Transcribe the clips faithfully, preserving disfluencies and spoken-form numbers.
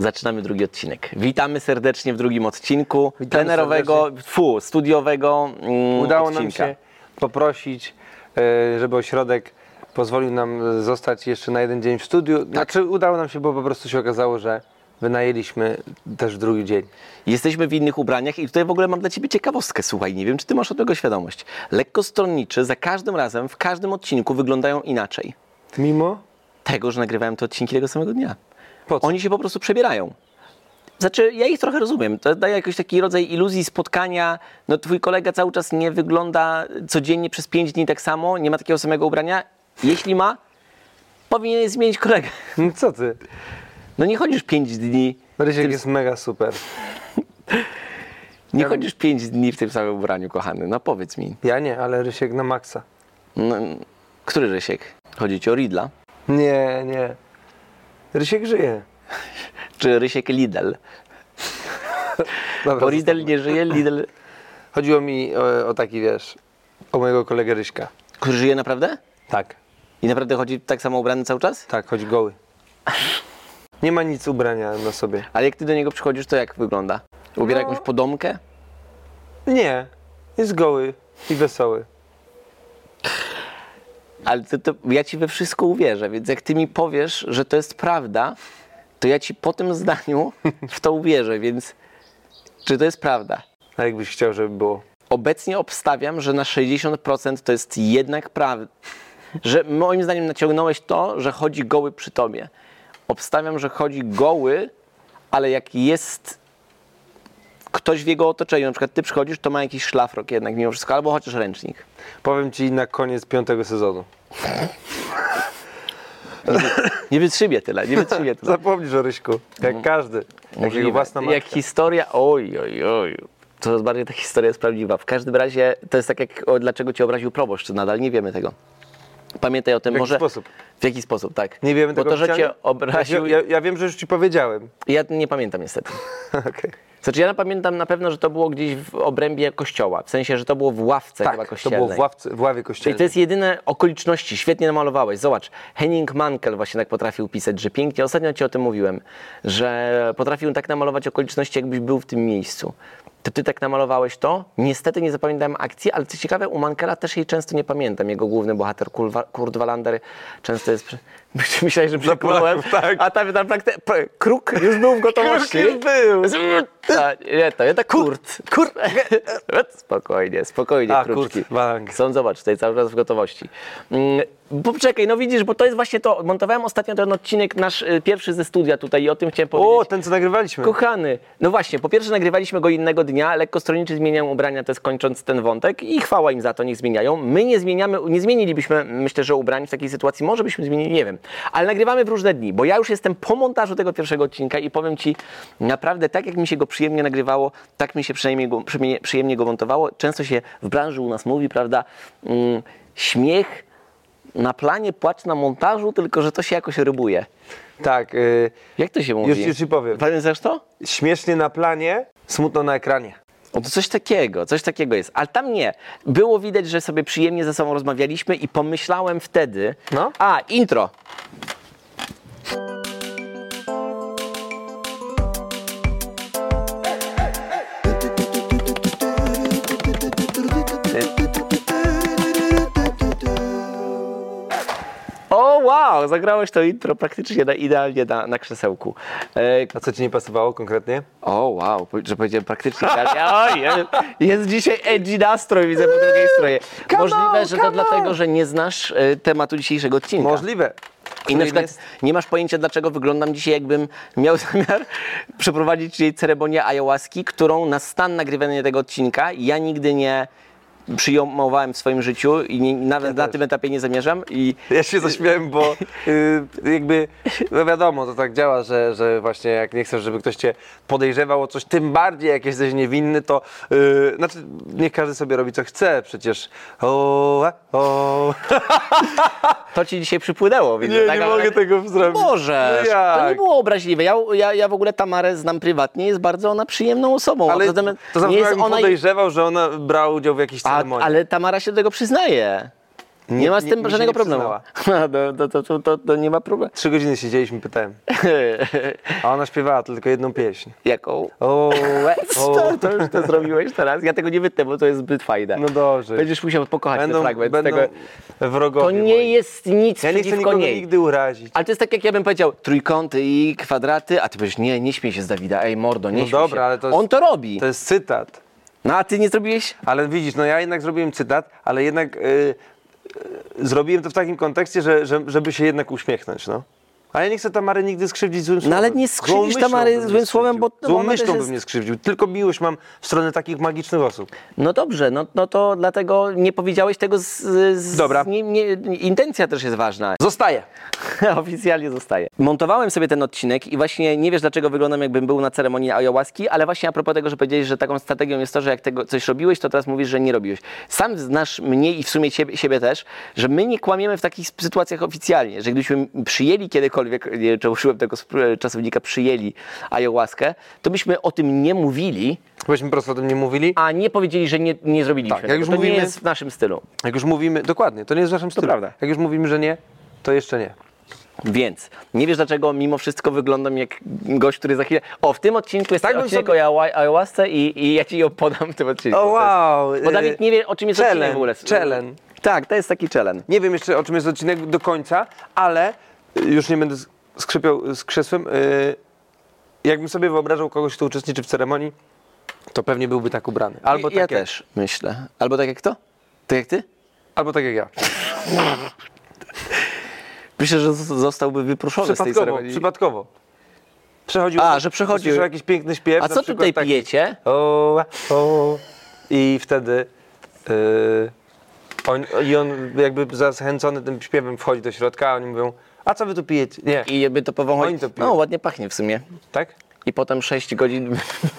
Zaczynamy drugi odcinek. Witamy serdecznie w drugim odcinku Witamy plenerowego, fu, studiowego mm, Udało odcinka. nam się poprosić, żeby ośrodek pozwolił nam zostać jeszcze na jeden dzień w studiu. Tak. Znaczy udało nam się, bo po prostu się okazało, że wynajęliśmy też drugi dzień. Jesteśmy w innych ubraniach i tutaj w ogóle mam dla Ciebie ciekawostkę, słuchaj, nie wiem, czy Ty masz od tego świadomość. Lekkostronniczy za każdym razem, w każdym odcinku wyglądają inaczej. Mimo? Tego, że nagrywałem te odcinki tego samego dnia. Po co? Oni się po prostu przebierają. Znaczy, ja ich trochę rozumiem. To daje jakiś taki rodzaj iluzji spotkania. No twój kolega cały czas nie wygląda codziennie przez pięć dni tak samo, nie ma takiego samego ubrania. Jeśli ma, powinien zmienić kolegę. No co ty? No nie chodzisz pięć dni... Rysiek tym... jest mega super. Nie ja... chodzisz pięć dni w tym samym ubraniu, kochany. No powiedz mi. Ja nie, ale Rysiek na maksa. No, który Rysiek? Chodzi ci o Ridla? Nie, nie. Rysiek żyje. Czy Rysiek Lidl? Dobra, Bo Lidl nie żyje, Lidl... Chodziło mi o, o taki, wiesz, o mojego kolegę Ryśka. Który żyje naprawdę? Tak. I naprawdę chodzi tak samo ubrany cały czas? Tak, chodzi goły. Nie ma nic ubrania na sobie. Ale jak ty do niego przychodzisz, to jak wygląda? Ubiera No. jakąś podomkę? Nie, jest goły i wesoły. Ale to, to, ja ci we wszystko uwierzę, więc jak ty mi powiesz, że to jest prawda, to ja ci po tym zdaniu w to uwierzę, więc czy to jest prawda? A jakbyś chciał, żeby było? Obecnie obstawiam, że na sześćdziesiąt procent to jest jednak prawda. Że moim zdaniem naciągnąłeś to, że chodzi goły przy tobie. Obstawiam, że chodzi goły, ale jak jest ktoś w jego otoczeniu, na przykład ty przychodzisz, to ma jakiś szlafrok jednak mimo wszystko, albo chociaż ręcznik. Powiem ci na koniec piątego sezonu. Nie, nie wytrzymię tyle, nie wytrzymię tyle. Zapomnisz o Ryśku, jak każdy. Jak jego własna matka. Jak historia, oj, oj, oj. To bardziej ta historia jest prawdziwa. W każdym razie to jest tak jak o, dlaczego cię obraził proboszcz, nadal nie wiemy tego. Pamiętaj o tym W jaki może... sposób? W jaki sposób, tak. Nie wiemy Bo tego to, że cię oficjalnie? obraził... Ja, ja, ja wiem, że już ci powiedziałem. Ja nie pamiętam niestety. Okay. Znaczy ja pamiętam na pewno, że to było gdzieś w obrębie kościoła. W sensie, że to było w ławce chyba Tak, to kościelnej. było w, ławce, w ławie Czyli kościelnej. to jest jedyne okoliczności. Świetnie namalowałeś. Zobacz, Henning Mankell właśnie tak potrafił pisać, że pięknie, ostatnio ci o tym mówiłem, że potrafił tak namalować okoliczności, jakbyś był w tym miejscu. To ty tak namalowałeś to? Niestety nie zapamiętałem akcji, ale co ciekawe, u Mankella też jej często nie pamiętam. Jego główny bohater, Kurt Wallander, często jest... Przy... Myślałeś, że przekonałem, tak. a tam na praktyce... Kruk już był w gotowości. Kruk już był. A, nie, to nie, to Kurt. Kurt. Spokojnie, spokojnie, A, kruczki. Kurt Wallander. Są, zobacz, tutaj cały czas w gotowości. Mm, poczekaj, no widzisz, bo to jest właśnie to. Montowałem ostatnio ten odcinek nasz y, pierwszy ze studia tutaj i o tym chciałem powiedzieć. O, ten co nagrywaliśmy. Kochany, no właśnie, po pierwsze nagrywaliśmy go innego dnia, lekkostronniczy zmieniają ubrania, to jest kończąc ten wątek i chwała im za to, niech zmieniają. My nie zmieniamy, nie zmienilibyśmy, myślę, że ubrań w takiej sytuacji, może byśmy zmienili, nie wiem, ale nagrywamy w różne dni, bo ja już jestem po montażu tego pierwszego odcinka i powiem ci, naprawdę tak jak mi się go przyjemnie nagrywało, tak mi się przynajmniej go, przyjemnie go montowało. Często się w branży u nas mówi, prawda, mm, śmiech na planie, płacz na montażu, tylko że to się jakoś rybuje. Tak. Y, Jak to się mówi? Już, już ci powiem. Pamiętasz to? Śmiesznie na planie, smutno na ekranie. O, to coś takiego, coś takiego jest. Ale tam nie. Było widać, że sobie przyjemnie ze sobą rozmawialiśmy i pomyślałem wtedy... No? A, intro. O, wow, zagrałeś to intro praktycznie na, idealnie na, na krzesełku. E, A co ci nie pasowało konkretnie? o, wow, że powiedziałem praktycznie idealnie. Oj, jest, jest dzisiaj edgy nastrój, widzę po drugiej stronie. Come Możliwe, on, że to come dlatego, on. że nie znasz e, tematu dzisiejszego odcinka. Możliwe. I na przykład jest... nie masz pojęcia, dlaczego wyglądam dzisiaj, jakbym miał zamiar przeprowadzić jej ceremonię ayahuaski, którą na stan nagrywania tego odcinka ja nigdy nie przyjmowałem w swoim życiu i nie, nawet Ja na też. tym etapie nie zamierzam. I Ja się zaśmiałem, bo y, jakby, no wiadomo, to tak działa, że, że właśnie jak nie chcesz, żeby ktoś cię podejrzewał o coś, tym bardziej jak jesteś niewinny, to y, znaczy niech każdy sobie robi co chce, przecież o, o. to ci dzisiaj przypłynęło. Widzę, Nie, tak? nie Ale- mogę tego zrobić. Możesz. No jak? To nie było obraźliwe. Ja, ja, ja w ogóle Tamarę znam prywatnie, jest bardzo ona przyjemną osobą. Ale A poza tym to nie jest jakbym ona... podejrzewał, że ona brała udział w jakiejś A, ceremonii. ale Tamara się do tego przyznaje. Nie, Nie- ma z nie- tym mi się żadnego nie problemu. przyznała. No, to, to, to, to, to nie ma problemu. Trzy godziny siedzieliśmy, pytałem. A ona śpiewała tylko jedną pieśń. Jaką? O, łe, o. To, to już to zrobiłeś teraz. Ja tego nie wytnę, bo to jest zbyt fajne. No dobrze. Będziesz musiał pokochać Będą, ten fragment będą tego. wrogowie To nie moi. jest nic Ja nie chcę przeciwko nikogo niej. nigdy urazić. Ale to jest tak, jak ja bym powiedział, trójkąty i kwadraty, a ty powiesz, nie, nie śmiej się z Dawida, ej mordo, nie No śmiej dobra, się. ale to jest- On to robi. To jest cytat. No a ty nie zrobiłeś? Ale widzisz, no ja jednak zrobiłem cytat, ale jednak y, y, zrobiłem to w takim kontekście, że, że, żeby się jednak uśmiechnąć, no. A ja nie chcę Tamary nigdy skrzywdzić złym słowem. ale nie Złą skrzywdzisz myślą Tamary bym mnie złym słowem, skrzywdził. bo- Złą bo ona też myślą jest- bym mnie skrzywdził. Tylko miłość mam w stronę takich magicznych osób. No dobrze, no, no to dlatego nie powiedziałeś tego z... z Dobra. Z, nie, nie, intencja też jest ważna. Zostaje. Oficjalnie zostaje. Montowałem sobie ten odcinek i właśnie nie wiesz, dlaczego wyglądam, jakbym był na ceremonii ayahuaski, ale właśnie a propos tego, że powiedziałeś, że taką strategią jest to, że jak tego coś robiłeś, to teraz mówisz, że nie robiłeś. Sam znasz mnie i w sumie siebie, siebie też, że my nie kłamiemy w takich sytuacjach oficjalnie, że gdybyśmy przyjęli kiedykolwiek, nie wiem, czy użyłem tego sp- czasownika, przyjęli ayahuaskę, to byśmy o tym nie mówili, Byśmy po prostu o tym nie mówili. a nie powiedzieli, że nie, nie zrobiliśmy Tak, jak tego. już To mówimy- nie jest w naszym stylu. Jak już mówimy, dokładnie, to nie jest w naszym stylu. prawda. Jak już mówimy, że nie, to jeszcze nie. Więc nie wiesz, dlaczego mimo wszystko wyglądam jak gość, który za chwilę... O, w tym odcinku jest Tak bym odcinek sobie- o ayahu- ayahuasce i, i ja ci ją podam w tym odcinku. O To wow! jest, bo Dawid nie wie, o czym jest challenge, odcinek w ogóle. challenge. Tak, to jest taki challenge. Nie wiem jeszcze, o czym jest odcinek do końca, ale y, już nie będę skrzypiał z krzesłem. y, Jakbym sobie wyobrażał kogoś, kto uczestniczy w ceremonii, to pewnie byłby tak ubrany. Albo ja tak jak, też myślę. Albo tak jak kto? Tak jak ty? albo tak jak ja. Myślę, że z- zostałby wyproszony z tej Przypadkowo, ceremonii. przypadkowo. Przechodził. A, że przechodził. usłyszał jakiś piękny śpiew. A na co przykład tutaj taki, pijecie? O, o, i wtedy y, on, i on jakby zachęcony tym śpiewem wchodzi do środka, a oni mówią, a co wy tu pijecie? Nie, I jakby to powąchać. Oni to piją. No, ładnie pachnie w sumie. tak? I potem sześć godzin...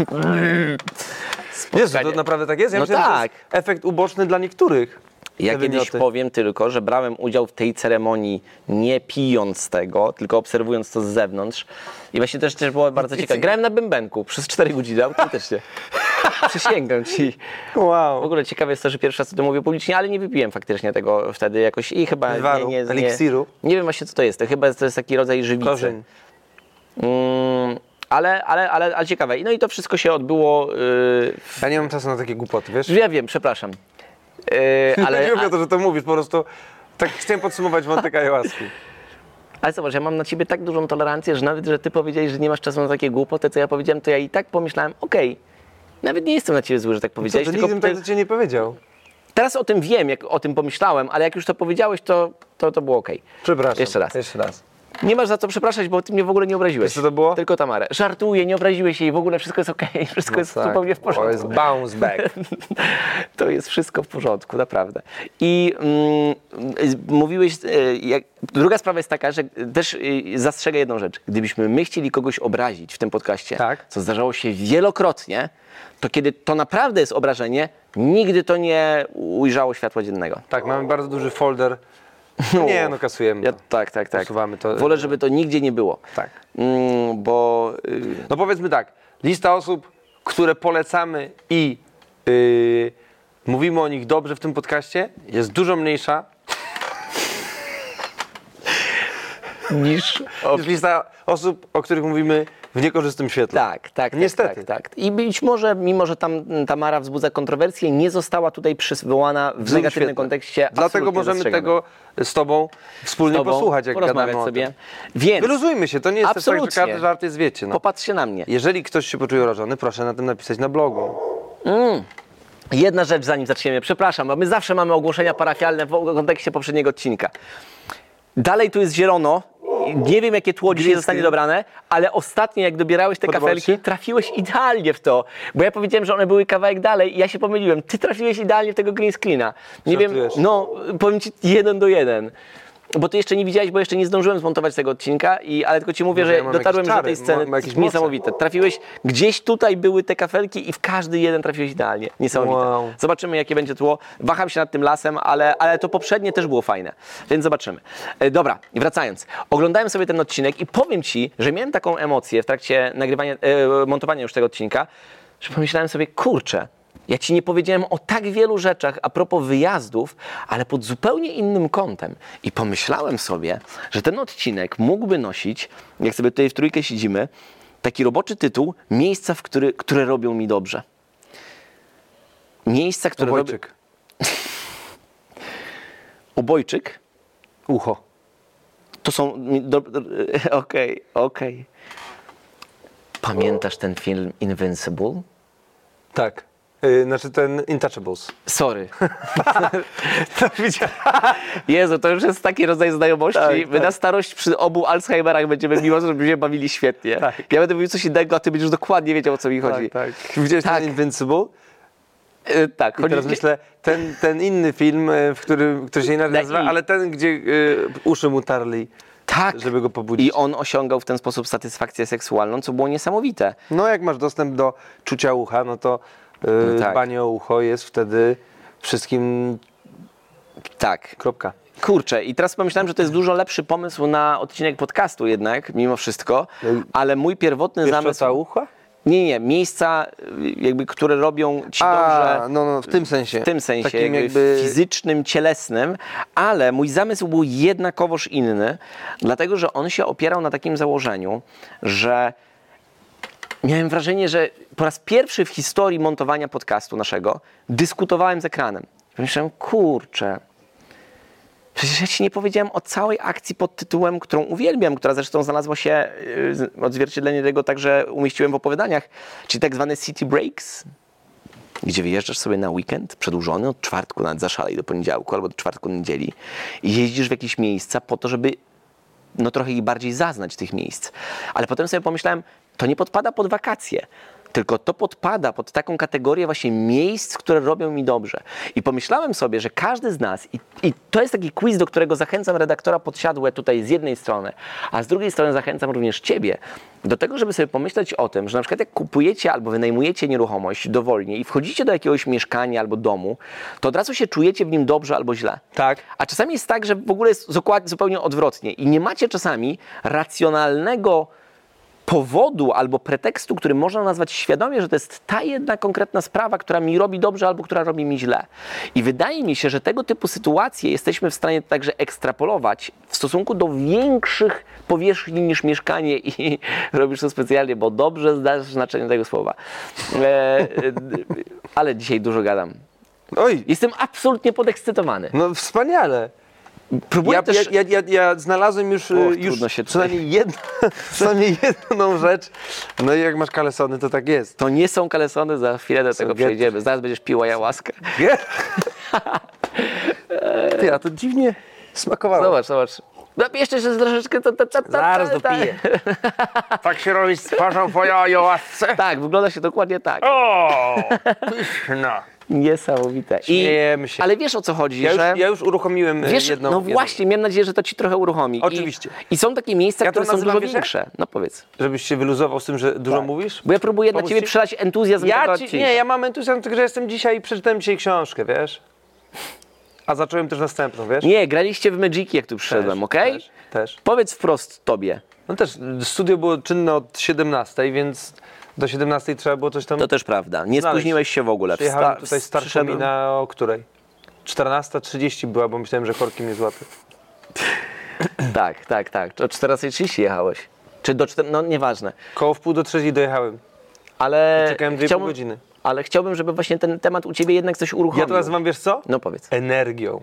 Jezu, to naprawdę tak jest? Ja No myślałem, że to tak. jest efekt uboczny dla niektórych. Ja te kiedyś wymioty. powiem tylko, że brałem udział w tej ceremonii nie pijąc tego, tylko obserwując to z zewnątrz. I właśnie też, też było bardzo ciekawe. Grałem na bębenku przez cztery godziny, autentycznie. Przysięgam ci. W Wow. ogóle ciekawe jest to, że pierwszy raz o tym mówię publicznie, ale nie wypiłem faktycznie tego wtedy jakoś i chyba Wywaru, nie, nie, nie, eliksiru. nie wiem właśnie co to jest. To chyba to jest taki rodzaj żywicy. Korzeń. Mm, ale, ale, ale, ale ciekawe. No i to wszystko się odbyło... Yy, Ja nie mam czasu na takie głupoty, wiesz? ja wiem, przepraszam. Yy, ale, nie mówię o to, że to mówisz, po prostu tak chciałem podsumować wątek ayahuaski. Ale zobacz, ja mam na ciebie tak dużą tolerancję, że nawet, że ty powiedziałeś, że nie masz czasu na takie głupoty, co ja powiedziałem, to ja i tak pomyślałem, okej, nawet nie jestem na ciebie zły, że tak Co, powiedziałeś, to tylko nigdy bym to tak do ciebie nie powiedział. teraz o tym wiem, jak o tym pomyślałem, ale jak już to powiedziałeś, to, to, to było okej. Przepraszam. Jeszcze raz. Jeszcze raz. Nie masz za co przepraszać, bo ty mnie w ogóle nie obraziłeś. Wiesz, co to było? Tylko Tamarę. Żartuję, nie obraziłeś jej, w ogóle wszystko jest okej, wszystko jest tak. zupełnie w porządku. To jest bounce back. To jest wszystko w porządku, naprawdę. I mm, y, mówiłeś, y, jak, druga sprawa jest taka, że też y, zastrzegę jedną rzecz. Gdybyśmy my chcieli kogoś obrazić w tym podcaście, Tak. co zdarzało się wielokrotnie, to kiedy to naprawdę jest obrażenie, nigdy to nie ujrzało światła dziennego. Tak, mamy bardzo duży folder. Nie, no kasujemy. Ja, to. tak, tak, tak. Usuwamy to. Wolę, żeby to nigdzie nie było. Tak. Mm, bo y, No powiedzmy tak, lista osób, które polecamy i yy, mówimy o nich dobrze w tym podcaście, jest dużo mniejsza niż... O, niż lista osób, o których mówimy w niekorzystnym świetle. tak, tak, Niestety. tak, tak, tak. I być może, mimo że tam Tamara wzbudza kontrowersje, nie została tutaj przywołana w złym negatywnym świetle. kontekście. Dlatego absolutnie możemy zastrzegamy. tego z tobą wspólnie Z tobą posłuchać, jak porozmawiać gadamy o sobie. tym. Więc Wyluzujmy się, to nie jest też tak, że Absolutnie. każdy żart jest, wiecie. No. popatrzcie na mnie. Jeżeli ktoś się poczuje urażony, proszę na tym napisać na blogu. Jedna rzecz, zanim zaczniemy. Przepraszam, bo my zawsze mamy ogłoszenia parafialne w kontekście poprzedniego odcinka. Dalej tu jest zielono. Nie wiem, jakie tło dzisiaj Green zostanie screen. dobrane, ale ostatnio, jak dobierałeś te Podobało ci kafelki, się? trafiłeś idealnie w to. Bo ja powiedziałem, że one były kawałek dalej i ja się pomyliłem. Ty trafiłeś idealnie w tego green screena. Nie wiem, Żartujesz. no, powiem ci jeden do jeden. Bo ty jeszcze nie widziałeś, bo jeszcze nie zdążyłem zmontować tego odcinka, i, ale tylko ci mówię, Może że ja mam dotarłem jakieś do tej czary, sceny. ma- ma jakieś moce. Niesamowite. Trafiłeś, gdzieś tutaj były te kafelki i w każdy jeden trafiłeś idealnie. Niesamowite. Wow. Zobaczymy, jakie będzie tło. Waham się nad tym lasem, ale, ale to poprzednie też było fajne. Więc zobaczymy. E, dobra, wracając. Oglądałem sobie ten odcinek i powiem ci, że miałem taką emocję w trakcie nagrywania, e, montowania już tego odcinka, że pomyślałem sobie, kurczę, Ja ci nie powiedziałem o tak wielu rzeczach a propos wyjazdów, ale pod zupełnie innym kątem. I pomyślałem sobie, że ten odcinek mógłby nosić, jak sobie tutaj w trójkę siedzimy, taki roboczy tytuł Miejsca, w który, które robią mi dobrze. Miejsca, które robią... Obojczyk. Obojczyk? Ucho. To są... do- do- Okej, okej. Pamiętasz ten film Invincible? Tak. Yy, znaczy ten Intouchables. Sorry. To widziałem. Jezu, to już jest taki rodzaj znajomości. Tak, My tak. na starość przy obu Alzheimerach będziemy miło, żeby się bawili świetnie. Tak. Ja będę mówił coś innego, a ty będziesz dokładnie wiedział, o co mi chodzi. Tak, tak. Widziałeś Tak. ten Invincible? E, tak, I chodzi teraz myślę, ten, ten inny film, e, w którym, który się inaczej Na nazywa, I. ale ten, gdzie y, uszy mu tarli, tak. żeby go pobudzić. I on osiągał w ten sposób satysfakcję seksualną, co było niesamowite. No jak masz dostęp do czucia ucha, no to y, No tak. dbanie o ucho jest wtedy wszystkim Tak. kropka. Kurczę, i teraz pomyślałem, że to jest dużo lepszy pomysł na odcinek podcastu jednak, mimo wszystko, ale mój pierwotny Wiesz, zamysł... co ucha? Nie, nie, miejsca, jakby, które robią ci A, dobrze... no, no w tym sensie. W tym sensie, Takim jakby jakby... fizycznym, cielesnym, ale mój zamysł był jednakowoż inny, dlatego że on się opierał na takim założeniu, że miałem wrażenie, że po raz pierwszy w historii montowania podcastu naszego dyskutowałem z ekranem. Myślałem, kurczę, przecież ja ci nie powiedziałem o całej akcji pod tytułem, którą uwielbiam, która zresztą znalazła się, yy, odzwierciedlenie tego także umieściłem w opowiadaniach, czyli tak zwane city breaks, gdzie wyjeżdżasz sobie na weekend przedłużony od czwartku nawet zaszalej do poniedziałku albo do czwartku do niedzieli i jeździsz w jakieś miejsca po to, żeby no trochę ich bardziej zaznać tych miejsc. Ale potem sobie pomyślałem, to nie podpada pod wakacje, tylko to podpada pod taką kategorię właśnie miejsc, które robią mi dobrze. I pomyślałem sobie, że każdy z nas, i, i to jest taki quiz, do którego zachęcam redaktora Podsiadłe tutaj z jednej strony, a z drugiej strony zachęcam również ciebie do tego, żeby sobie pomyśleć o tym, że na przykład jak kupujecie albo wynajmujecie nieruchomość dowolnie i wchodzicie do jakiegoś mieszkania albo domu, to od razu się czujecie w nim dobrze albo źle. Tak. A czasami jest tak, że w ogóle jest zupełnie- zupełnie odwrotnie i nie macie czasami racjonalnego powodu albo pretekstu, który można nazwać świadomie, że to jest ta jedna konkretna sprawa, która mi robi dobrze albo która robi mi źle. I wydaje mi się, że tego typu sytuacje jesteśmy w stanie także ekstrapolować w stosunku do większych powierzchni niż mieszkanie i robisz to specjalnie, bo dobrze znasz znaczenie tego słowa. E, e, ale dzisiaj dużo gadam. Oj, Jestem absolutnie podekscytowany. no wspaniale. Próbuję Ja, też... ja, ja, ja znalazłem już, Och, już trudno się tutaj- przynajmniej, jedno, przynajmniej jedną rzecz. No i jak masz kalesony, to tak jest. To nie są kalesony, za chwilę do tego getry. przejdziemy. Zaraz będziesz piła jałaskę. Nie? Ty, a to dziwnie smakowało. Zobacz, zobacz. No jeszcze jeszcze troszeczkę... Ta, ta, ta, ta, Zaraz ta, ta. dopiję. Tak się robi z twarzą po jałasce. Tak, wygląda się dokładnie tak. O, pyszna. Niesamowite. Śmiejemy się. Ale wiesz o co chodzi, Ja już, że... ja już uruchomiłem e, Wiesz, jedną. no jedną. właśnie, miałem nadzieję, że to ci trochę uruchomi. Oczywiście. I, i są takie miejsca, Ja to które są nazywam, dużo wiesz jak? większe. No powiedz. Żebyś się wyluzował z tym, że dużo mówisz? Bo ja próbuję na Pomóc ciebie ci? przelać entuzjazm tego Ja ci, odcinka. nie, ja mam entuzjazm, tylko że jestem dzisiaj, przeczytałem dzisiaj książkę, wiesz? A zacząłem też następną, wiesz? Nie, graliście w Magiki, jak tu przyszedłem, okej? Też, też. Powiedz wprost tobie. No też, studio było czynne od siedemnastej, więc do siedemnastej trzeba było coś tam... To też prawda. Nie Znaleźć. spóźniłeś się w ogóle. Przyjechałem Wsta- tutaj z przyszedłem- Tarkomina o której? czternasta trzydzieści była, bo myślałem, że korki mnie złapie. Tak, tak, tak. O czternasta trzydzieści jechałeś. Czy do czter... No nieważne. Koło w pół do trzeciej dojechałem. Ale Czekałem dwie i pół godziny. Ale chciałbym, żeby właśnie ten temat u ciebie jednak coś uruchomił. Ja to nazywam, wiesz co? No powiedz. Energią.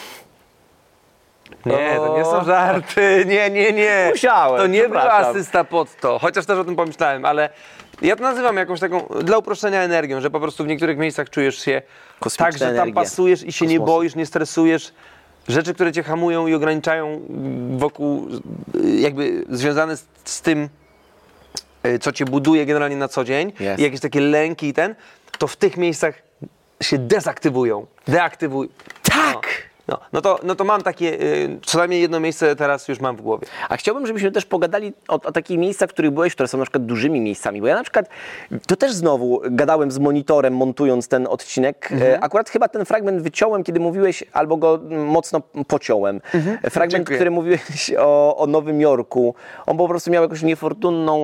Nie, to O. nie są żarty, nie, nie, nie. Musiałem, To nie był przepraszam. asysta pod to, chociaż też o tym pomyślałem, ale ja to nazywam jakąś taką, dla uproszczenia energią, że po prostu w niektórych miejscach czujesz się Kosmiczna tak, że tam energia. pasujesz i się nie Kosmosu. boisz, nie stresujesz. Rzeczy, które cię hamują i ograniczają wokół, jakby związane z, z tym, y, co cię buduje generalnie na co dzień, Jest. i jakieś takie lęki i ten, to w tych miejscach się dezaktywują, deaktywują. Tak! No, no, to, no to mam takie, y, co najmniej jedno miejsce teraz już mam w głowie. A chciałbym, żebyśmy też pogadali o, o takich miejscach, w których byłeś, które są na przykład dużymi miejscami. Bo ja na przykład, to też znowu gadałem z monitorem, montując ten odcinek. E, Akurat chyba ten fragment wyciąłem, kiedy mówiłeś, albo go mm, mocno pociąłem. Fragment, Dziękuję. który mówiłeś o, o Nowym Jorku. On po prostu miał jakąś niefortunną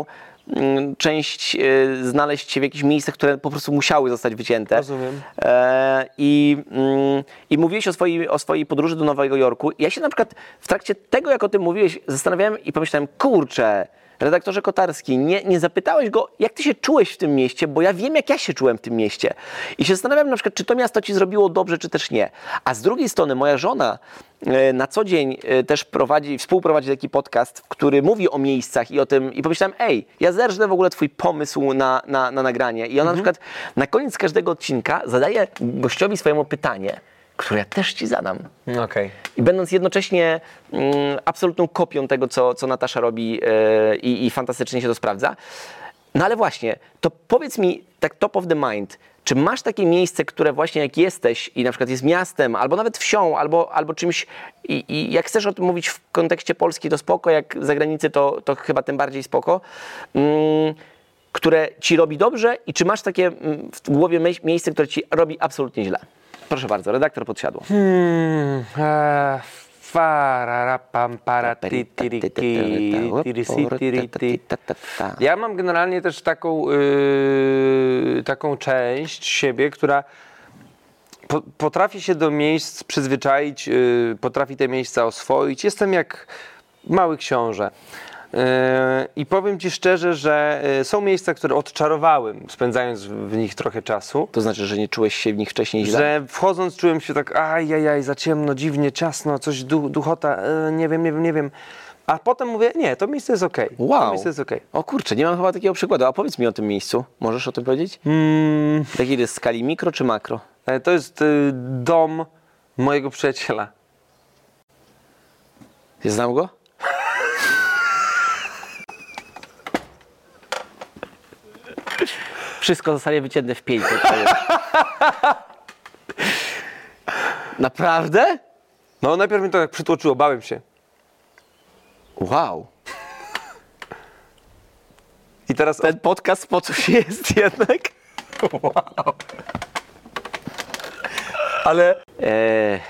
mm, część e, znaleźć się w jakichś miejscach, które po prostu musiały zostać wycięte. Rozumiem. E, i, mm, I mówiłeś o swojej, o swojej podróży do Nowego Jorku. Ja się na przykład w trakcie tego, jak o tym mówiłeś, zastanawiałem i pomyślałem, kurczę, redaktorze Kotarski, nie, nie zapytałeś go, jak ty się czułeś w tym mieście, bo ja wiem, jak ja się czułem w tym mieście. I się zastanawiam na przykład, czy to miasto ci zrobiło dobrze, czy też nie. A z drugiej strony moja żona e, na co dzień e, też prowadzi, współprowadzi taki podcast, który mówi o miejscach i o tym, i pomyślałem, ej, ja zerżnę w ogóle twój pomysł na, na, na nagranie. I ona mhm. na przykład na koniec każdego odcinka zadaje gościowi swojemu pytanie, które ja też ci zadam. Okay. I będąc jednocześnie mm, absolutną kopią tego, co, co Natasza robi yy, i, i fantastycznie się to sprawdza. No ale właśnie, to powiedz mi tak top of the mind, czy masz takie miejsce, które właśnie jak jesteś i na przykład jest miastem, albo nawet wsią, albo, albo czymś i, i jak chcesz o tym mówić w kontekście Polski, to spoko, jak za granicy, to, to chyba tym bardziej spoko, mm, które ci robi dobrze i czy masz takie mm, w głowie miejsce, które ci robi absolutnie źle? Proszę bardzo, redaktor podsiadło. Hmm, e, fararapam, paratityriki, tyrysityryty. Ja mam generalnie też taką, yy, taką część siebie, która po, potrafi się do miejsc przyzwyczaić, yy, potrafi te miejsca oswoić. Jestem jak mały książę. I powiem ci szczerze, że są miejsca, które odczarowałem, spędzając w nich trochę czasu. To znaczy, że nie czułeś się w nich wcześniej źle? Że wchodząc czułem się tak, ajajaj, za ciemno, dziwnie, ciasno, coś du duchota, e, nie wiem, nie wiem, nie wiem. A potem mówię, nie, to miejsce jest okej. Okay. Wow. To miejsce jest okej. Okay. O kurczę, nie mam chyba takiego przykładu. A powiedz mi o tym miejscu. Możesz o tym powiedzieć? Mm. W jakiej to jest skali, mikro czy makro? E, to jest y, dom mojego przyjaciela. Ja znam go? Wszystko zostanie wycięte w pięć. Naprawdę? No najpierw mnie to tak przytłoczyło, bałem się. Wow. I teraz ten podcast po coś jest jednak. Wow. Ale... Eee...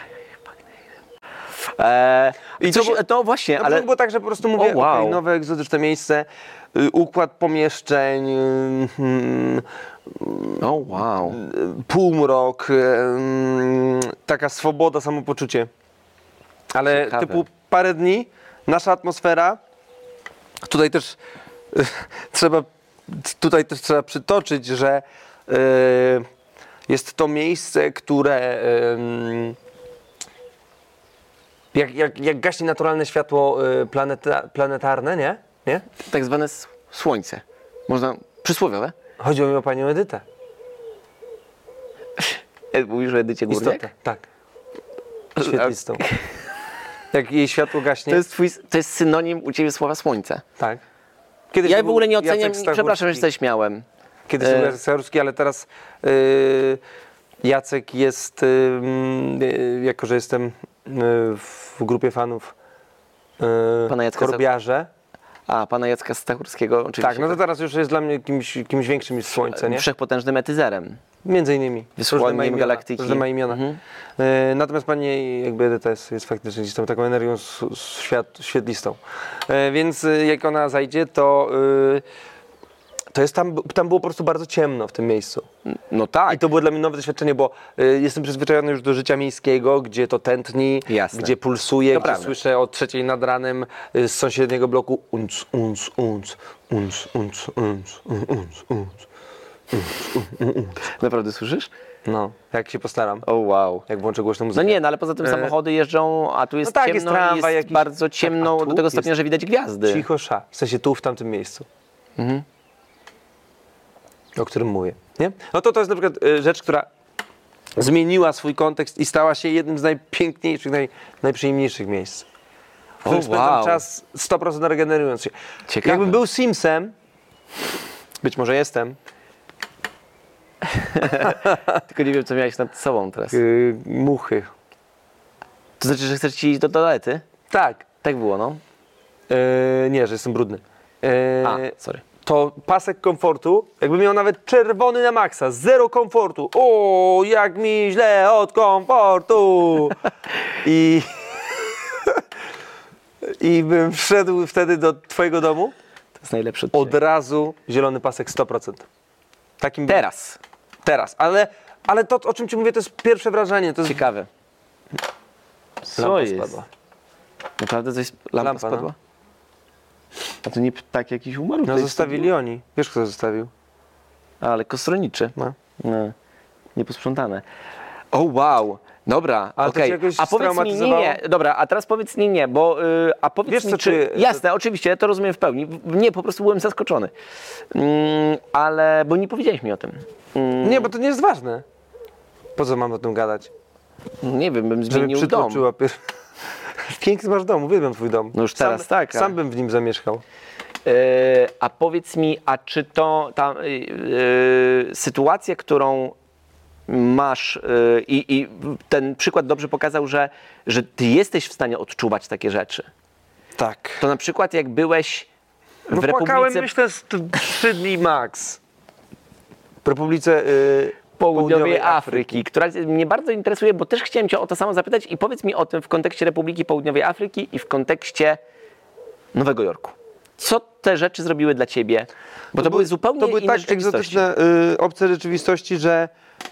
Eee... I coś, to, to właśnie, no ale... To było tak, że po prostu mówię, oh, wow. okay, nowe egzotyczne miejsce, y, układ pomieszczeń, y, o oh, wow. y, półmrok, y, y, taka swoboda, samopoczucie. Ale ciekawe. Typu parę dni, nasza atmosfera, tutaj też y, trzeba, tutaj też trzeba przytoczyć, że y, jest to miejsce, które y, Jak, jak, jak gaśnie naturalne światło y, planeta, planetarne, nie? nie? Tak zwane słońce. Można przysłowiowe? Chodziło mi o panią Edytę. Mówisz o Edycie Górniak? Istotę, tak. Świetlistą. Jak jej światło gaśnie. To jest, twój, to jest synonim u ciebie słowa słońce. Tak. Kiedyś ja w ogóle nie oceniam, Jacek Stachurski. Przepraszam, że się śmiałem. Kiedyś był Jacek Stachurski, ale teraz y, Jacek jest, y, y, jako że jestem w grupie fanów yy, pana Jacka Korbiarze. A, pana Jacka Stachurskiego oczywiście. Tak, no to teraz już jest dla mnie kimś, kimś większym niż Słońce, nie? Wszechpotężnym etyzerem. Między innymi. Wysłannikiem galaktyki. Różne ma imiona. Mhm. Yy, natomiast pani jakby Edyta jest, jest faktycznie gdzieś tam taką energią s, s, świat, świetlistą. Yy, więc yy, jak ona zajdzie, to yy, to jest tam, tam było po prostu bardzo ciemno w tym miejscu. No tak. I to było dla mnie nowe doświadczenie, bo y, jestem przyzwyczajony już do życia miejskiego, gdzie to tętni, Jasne. gdzie pulsuje, To gdzie prawda. słyszę o trzeciej nad ranem y, z sąsiedniego bloku unc, unc, unc, unc, unc, unc, unc, unc, unc. Naprawdę słyszysz? No, jak się postaram. O wow. Jak włączę głośną No muzykę. nie, no ale poza tym E, samochody jeżdżą, a tu jest no tak, ciemno jest tramwaj i jest jakiś. bardzo ciemno Tak, a do tu tego stopnia, jest że widać gwiazdy. Cicho sza, w sensie tu, w tamtym miejscu. Mhm. O którym mówię, nie? No to to jest na przykład y, rzecz, która zmieniła swój kontekst i stała się jednym z najpiękniejszych, naj, najprzyjemniejszych miejsc. W którym O, spędzam wow. czas sto procent regenerując się. Ciekawe. Jakbym był Simsem, być może jestem, Tylko nie wiem, co miałeś nad sobą teraz. y, muchy. To znaczy, że chcesz ci iść do toalety? Tak. Tak było, no. Y, nie, że jestem brudny. Y, A, sorry. to pasek komfortu, jakby miał nawet czerwony na maksa, zero komfortu. O, jak mi źle od komfortu. I, I bym wszedł wtedy do twojego domu jest najlepszy Od odcinek. razu zielony pasek sto procent. Takim Teraz. Teraz, ale, ale to, o czym ci mówię, to jest pierwsze wrażenie. To jest... Ciekawe. Co Lampa jest? spadła. Naprawdę coś... Lampa, Lampa, spadła? no. A to nie ptak jakiś umarł? No tutaj zostawili oni. Wiesz, kto zostawił? A, ale kostroniczy. No. No. Nieposprzątane. O wow. Dobra, Ale to okej. cię jakoś A powiedz mi, nie, nie, dobra, a teraz powiedz nie, nie, bo, y, a powiedz Wiesz, mi, co czy, czuję, że- jasne, oczywiście, ja to rozumiem w pełni, W- nie, po prostu byłem zaskoczony, mm, ale, bo nie powiedziałeś mi o tym, mm, Nie, bo to nie jest ważne. Po co mam o tym gadać? nie wiem, bym Żeby zmienił dom. przytłoczyła pier- Piękny masz dom, uwielbiam twój dom. No już teraz sam, tak, a- Sam bym w nim zamieszkał. E, a powiedz mi, a czy to ta e, e, sytuacja, którą masz e, i, i ten przykład dobrze pokazał, że, że ty jesteś w stanie odczuwać takie rzeczy. Tak. To na przykład jak byłeś w No Republice płakałem, myślę, z t- trzy dni max. W Republice y, Południowej Afryki, która mnie bardzo interesuje, bo też chciałem cię o to samo zapytać i powiedz mi o tym w kontekście Republiki Południowej Afryki i w kontekście Nowego Jorku. Co te rzeczy zrobiły dla ciebie? Bo to, były zupełnie To były inne tak rzeczywistości. egzotyczne, y, obce rzeczywistości, że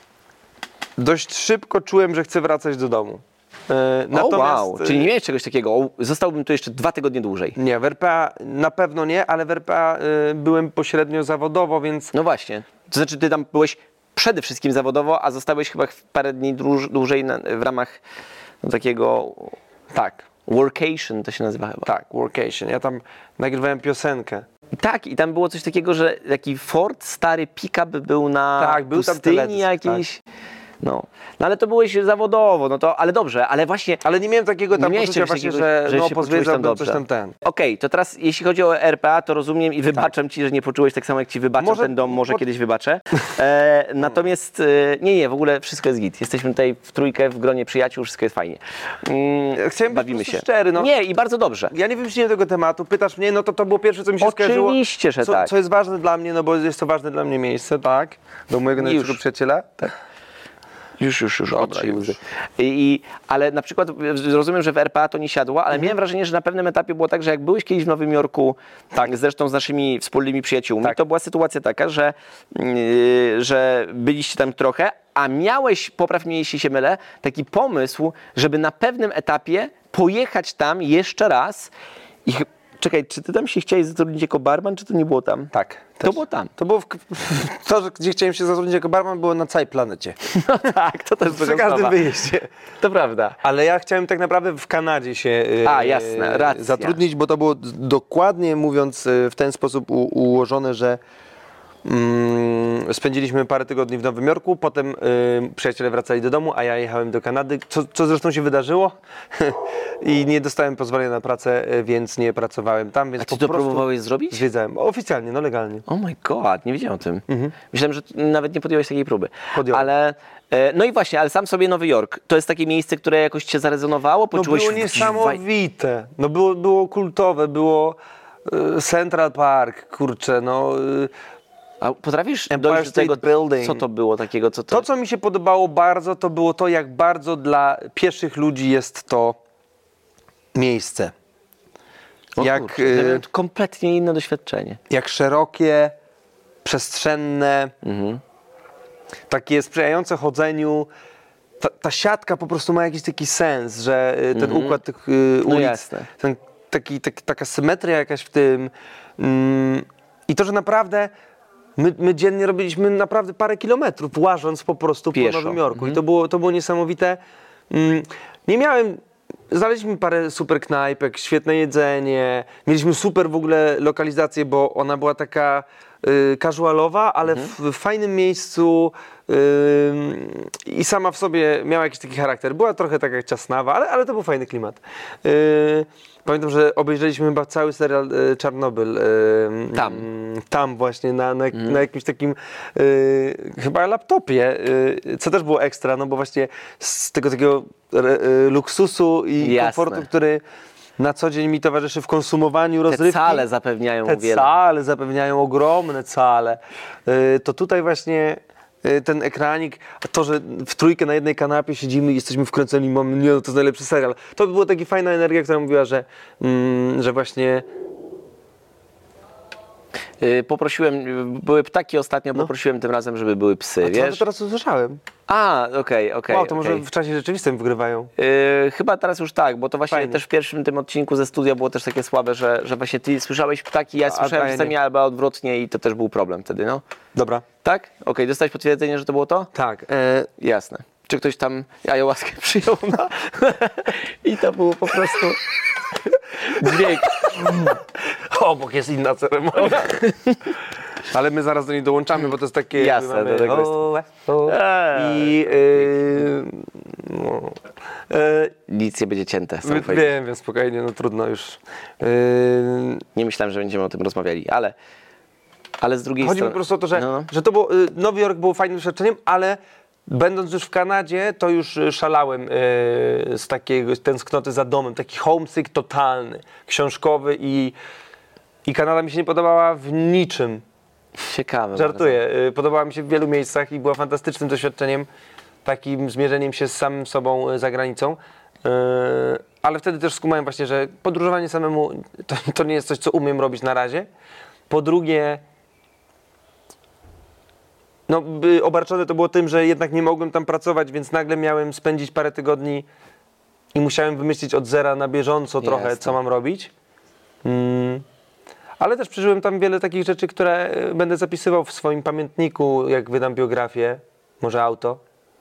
dość szybko czułem, że chcę wracać do domu. Y, O wow, y, czyli nie miałeś czegoś takiego. O, zostałbym tu jeszcze dwa tygodnie dłużej. Nie, w R P A na pewno nie, ale w R P A y, byłem pośrednio zawodowo, więc No właśnie. To znaczy ty tam byłeś przede wszystkim zawodowo, a zostałeś chyba parę dni dłuż, dłużej na, w ramach no, takiego tak, workation to się nazywa chyba. tak, workation. Ja tam nagrywałem piosenkę. I tak, i tam było coś takiego, że taki Ford, stary pick-up był na Tak, był tam pustyni teledysk, jakiś. No. no ale to byłeś zawodowo, no to, ale dobrze, ale właśnie... Ale nie miałem takiego tam Nie miałeś poczucia czegoś właśnie, takiego, że, że no się poczułeś pozwiedzam tam tam coś dobrze. tam ten. Okej, to teraz jeśli chodzi o R P A, to rozumiem i wybaczam ci, że nie poczułeś tak samo jak ci wybaczam Może- ten dom, może po- kiedyś wybaczę. E, natomiast e, nie, nie, w ogóle wszystko jest git. Jesteśmy tutaj w trójkę, w gronie przyjaciół, wszystko jest fajnie. Mm, Chciałem być bawimy po prostu się. szczery, no. Nie, i bardzo dobrze. Ja nie wymyśliłem tego tematu, pytasz mnie, no to to było pierwsze, co mi się skojarzyło. Oczywiście, że co, tak. co jest ważne dla mnie, no bo jest to ważne dla mnie miejsce, tak? Do mojego najlepszego Już. przyjaciela. Tak. Już, już, już. Dobra, otrzyj już. łzy. I, i, ale na przykład rozumiem, że w R P A to nie siadło, ale miałem wrażenie, że na pewnym etapie było tak, że jak byłeś kiedyś w Nowym Jorku, tak, zresztą z naszymi wspólnymi przyjaciółmi, Tak. to była sytuacja taka, że, yy, że byliście tam trochę, a miałeś, popraw mnie jeśli się mylę, taki pomysł, żeby na pewnym etapie pojechać tam jeszcze raz i ch- czekaj, czy ty tam się chciałeś zatrudnić jako barman, czy to nie było tam? Tak. To też. było tam. To było w, to, że gdzie chciałem się zatrudnić jako barman, było na całej planecie. No tak, to też Przy druga każdym sprawa. wyjeździe. To prawda. Ale ja chciałem tak naprawdę w Kanadzie się e, A, jasne, racja. zatrudnić, bo to było d- dokładnie mówiąc e, w ten sposób u, ułożone, że mm, spędziliśmy parę tygodni w Nowym Jorku, potem e, przyjaciele wracali do domu, a ja jechałem do Kanady, co, co zresztą się wydarzyło i nie dostałem pozwolenia na pracę, e, więc nie pracowałem tam, więc A ty po to prostu próbowałeś zrobić? zwiedzałem. Oficjalnie, no legalnie. Oh my god, nie wiedziałem o tym. Myślałem, że t- nawet nie podjąłeś takiej próby. Podjąłem. Ale, e, no i właśnie, ale sam sobie Nowy Jork, to jest takie miejsce, które jakoś cię zarezonowało? No Poczułeś było w- niesamowite. No było, było kultowe, było e, Central Park, kurczę, no... e, A potrafisz Empire dojść do tego, State Building. co to było takiego? Co to... To, co mi się podobało bardzo, to było to, jak bardzo dla pieszych ludzi jest to miejsce. O jak, kurczę, ja y, miałem kompletnie inne doświadczenie. jak szerokie, przestrzenne, Mhm. takie sprzyjające chodzeniu. Ta, ta siatka po prostu ma jakiś taki sens, że y, ten układ tych y, No ulic, jasne. ten, taki, taki, taka symetria jakaś w tym. Mm, I to, że naprawdę my, my dziennie robiliśmy naprawdę parę kilometrów, łażąc po prostu Pieszo. po Nowym Jorku. I to było, to było niesamowite. Mm, nie miałem... Znaleźliśmy parę super knajpek, świetne jedzenie. Mieliśmy super w ogóle lokalizację, bo ona była taka y, casualowa, ale w, w fajnym miejscu y, i sama w sobie miała jakiś taki charakter. Była trochę taka ciasnawa, ale, ale to był fajny klimat. Y, pamiętam, że obejrzeliśmy chyba cały serial y, Czarnobyl. Y, Tam. mm, Tam właśnie, na, na, na jakimś takim y, chyba laptopie, y, co też było ekstra, no bo właśnie z tego takiego re, y, luksusu i Jasne. komfortu, który na co dzień mi towarzyszy w konsumowaniu Te rozrywki. cale zapewniają Te wiele. cale zapewniają ogromne cale. Y, To tutaj właśnie y, ten ekranik, a to, że w trójkę na jednej kanapie siedzimy i jesteśmy wkręceni, mamy, nie, no to jest najlepszy serial. To by była taka fajna energia, która mówiła, że, mm, że właśnie Yy, poprosiłem, były ptaki ostatnio, No. poprosiłem tym razem, żeby były psy, A co, to wiesz? teraz usłyszałem. A, okej, okej. Wow, to może okej. w czasie rzeczywistym wygrywają. Yy, chyba teraz już tak, bo to właśnie Fajnie. też w pierwszym tym odcinku ze studia było też takie słabe, że, że właśnie ty słyszałeś ptaki, ja A- słyszałem a ja czasami nie. albo odwrotnie i to też był problem wtedy, no. Dobra. Tak? Okej, dostałeś potwierdzenie, że to było to? Tak. E, jasne. Czy ktoś tam ayahuaskę przyjął? No. I to było po prostu dźwięk. Obok jest inna ceremonia. Ale my zaraz do niej dołączamy, bo to jest takie... Jasne, mamy- do tego jest. o, o. Eee. I... Yy, no, yy, Nic nie będzie cięte. Wiem, zaufaj. wiem, spokojnie, no trudno już. Yy, Nie myślałem, że będziemy o tym rozmawiali, ale, ale z drugiej chodzi mi strony... po prostu o to, że, No, no. że to było, y, Nowy Jork był fajnym doświadczeniem, ale będąc już w Kanadzie, to już y, szalałem y, z takiego tęsknoty za domem, taki homesick totalny, książkowy i, i Kanada mi się nie podobała w niczym. Ciekawe. Żartuję, y, podobała mi się w wielu miejscach i była fantastycznym doświadczeniem, takim zmierzeniem się z samym sobą y, za granicą. Yy, ale wtedy też skumałem właśnie, że podróżowanie samemu to, to nie jest coś, co umiem robić na razie. Po drugie, no by obarczone to było tym, że jednak nie mogłem tam pracować, więc nagle miałem spędzić parę tygodni i musiałem wymyślić od zera na bieżąco trochę, Jasne. co mam robić. Mm. Ale też przeżyłem tam wiele takich rzeczy, które y, będę zapisywał w swoim pamiętniku, jak wydam biografię, może auto.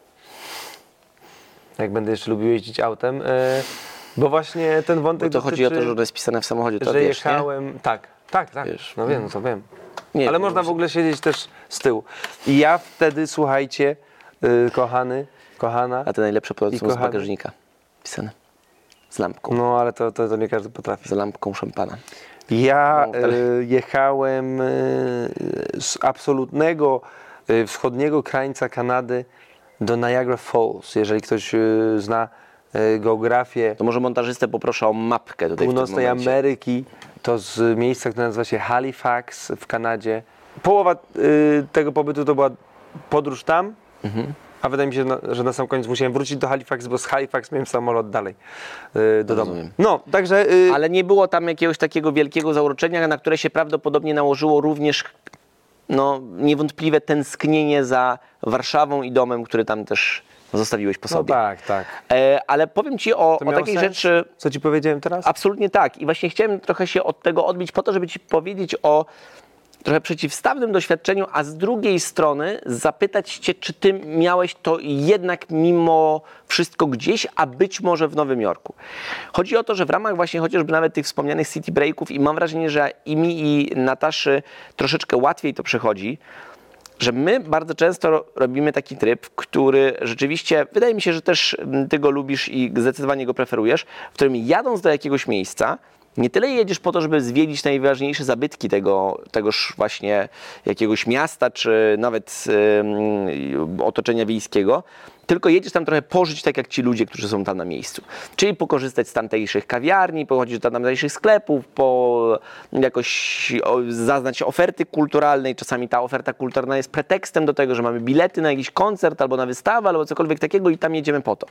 Jak będę jeszcze lubił jeździć autem, y, bo właśnie ten Bo wątek to chodzi o to, dotyczy, że to jest pisane w samochodzie, to że wiesz, nie? jechałem, tak, tak, tak, Wiesz. no wiem, no to wiem. Nie, Ale to można w może- ogóle siedzieć też z tyłu. I ja wtedy, słuchajcie, y, kochany, kochana, A te najlepsze I produkty są z kochany. bagażnika. Pisane. Z lampką. no ale to, to, to nie każdy potrafi. Z lampką szampana. Ja No, ale- y, jechałem y, z absolutnego y, wschodniego krańca Kanady do Niagara Falls. Jeżeli ktoś y, zna y, geografię To może montażystę poproszę o mapkę tutaj w tym północnej momencie. Ameryki, to z miejsca, które nazywa się Halifax w Kanadzie. Połowa y, tego pobytu to była podróż tam, Mhm. a wydaje mi się, no, że na sam koniec musiałem wrócić do Halifax, bo z Halifax miałem samolot dalej y, do domu. Rozumiem. No, także... Y, Ale nie było tam jakiegoś takiego wielkiego zauroczenia, na które się prawdopodobnie nałożyło również no, niewątpliwe tęsknienie za Warszawą i domem, który tam też zostawiłeś po no sobie. tak, tak. E, ale powiem Ci o, To o miało takiej sens, rzeczy... co ci powiedziałem teraz? Absolutnie tak. I właśnie chciałem trochę się od tego odbić po to, żeby Ci powiedzieć o trochę przeciwstawnym doświadczeniu, a z drugiej strony zapytać Cię, czy Ty miałeś to jednak mimo wszystko gdzieś, a być może w Nowym Jorku. Chodzi o to, że w ramach właśnie chociażby nawet tych wspomnianych city breaków i mam wrażenie, że i mi i Nataszy troszeczkę łatwiej to przychodzi, że my bardzo często ro- robimy taki tryb, który rzeczywiście, wydaje mi się, że też mm, Ty go lubisz i zdecydowanie go preferujesz, w którym jadąc do jakiegoś miejsca, nie tyle jedziesz po to, żeby zwiedzić najważniejsze zabytki tego, tegoż właśnie jakiegoś miasta, czy nawet ym, otoczenia wiejskiego, tylko jedziesz tam trochę pożyć tak jak ci ludzie, którzy są tam na miejscu. Czyli pokorzystać z tamtejszych kawiarni, pochodzić do tamtejszych sklepów, po jakoś o, zaznać oferty kulturalnej. Czasami ta oferta kulturalna jest pretekstem do tego, że mamy bilety na jakiś koncert albo na wystawę, albo cokolwiek takiego i tam jedziemy po to.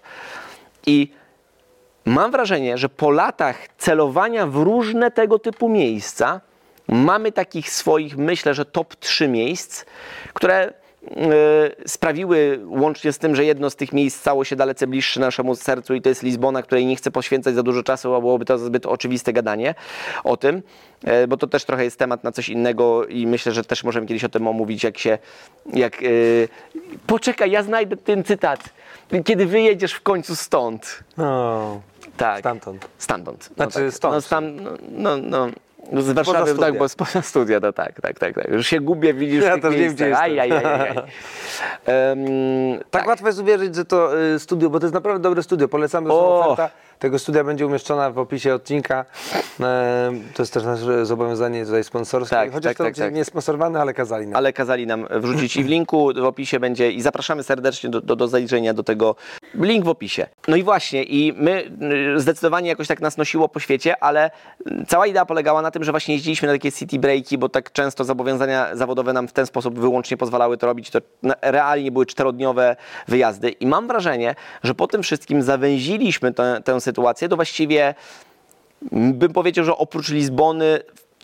I mam wrażenie, że po latach celowania w różne tego typu miejsca mamy takich swoich, myślę, że top trzy miejsc, które y, sprawiły, łącznie z tym, że jedno z tych miejsc stało się dalece bliższe naszemu sercu i to jest Lizbona, której nie chcę poświęcać za dużo czasu, bo byłoby to zbyt oczywiste gadanie o tym, y, bo to też trochę jest temat na coś innego i myślę, że też możemy kiedyś o tym omówić, jak się, jak... Y, poczekaj, ja znajdę ten cytat. Kiedy wyjedziesz w końcu stąd. No, Tak. stamtąd. Stamtąd. Znaczy no tak. stąd. No, stam, no, no, no. Z Warszawy, studia. tak, bo spoza studia, no tak, tak, tak, tak. Już się gubię, widzisz, Ja w tych też nie wiem, miejscach. gdzie Aj, aj, jestem. aj, aj, aj. Em, Tak, łatwo jest uwierzyć, że to y, studio, bo to jest naprawdę dobre studio. Polecamy, zresztą O! oferta tego studia będzie umieszczona w opisie odcinka. E, to jest też nasze zobowiązanie tutaj sponsorskie. Tak, Chociaż tak, to tak, tak. nie sponsorowane, ale kazali nam. Ale kazali nam wrzucić i w linku w opisie będzie i zapraszamy serdecznie do, do, do zajrzenia do tego. Link w opisie. No i właśnie, i my y, zdecydowanie jakoś tak nas nosiło po świecie, ale y, cała idea polegała na tym, że właśnie jeździliśmy na takie city breaki, bo tak często zobowiązania zawodowe nam w ten sposób wyłącznie pozwalały to robić. To na- realnie były czterodniowe wyjazdy i mam wrażenie, że po tym wszystkim zawęziliśmy tę, tę sytuację do właściwie, bym powiedział, że oprócz Lizbony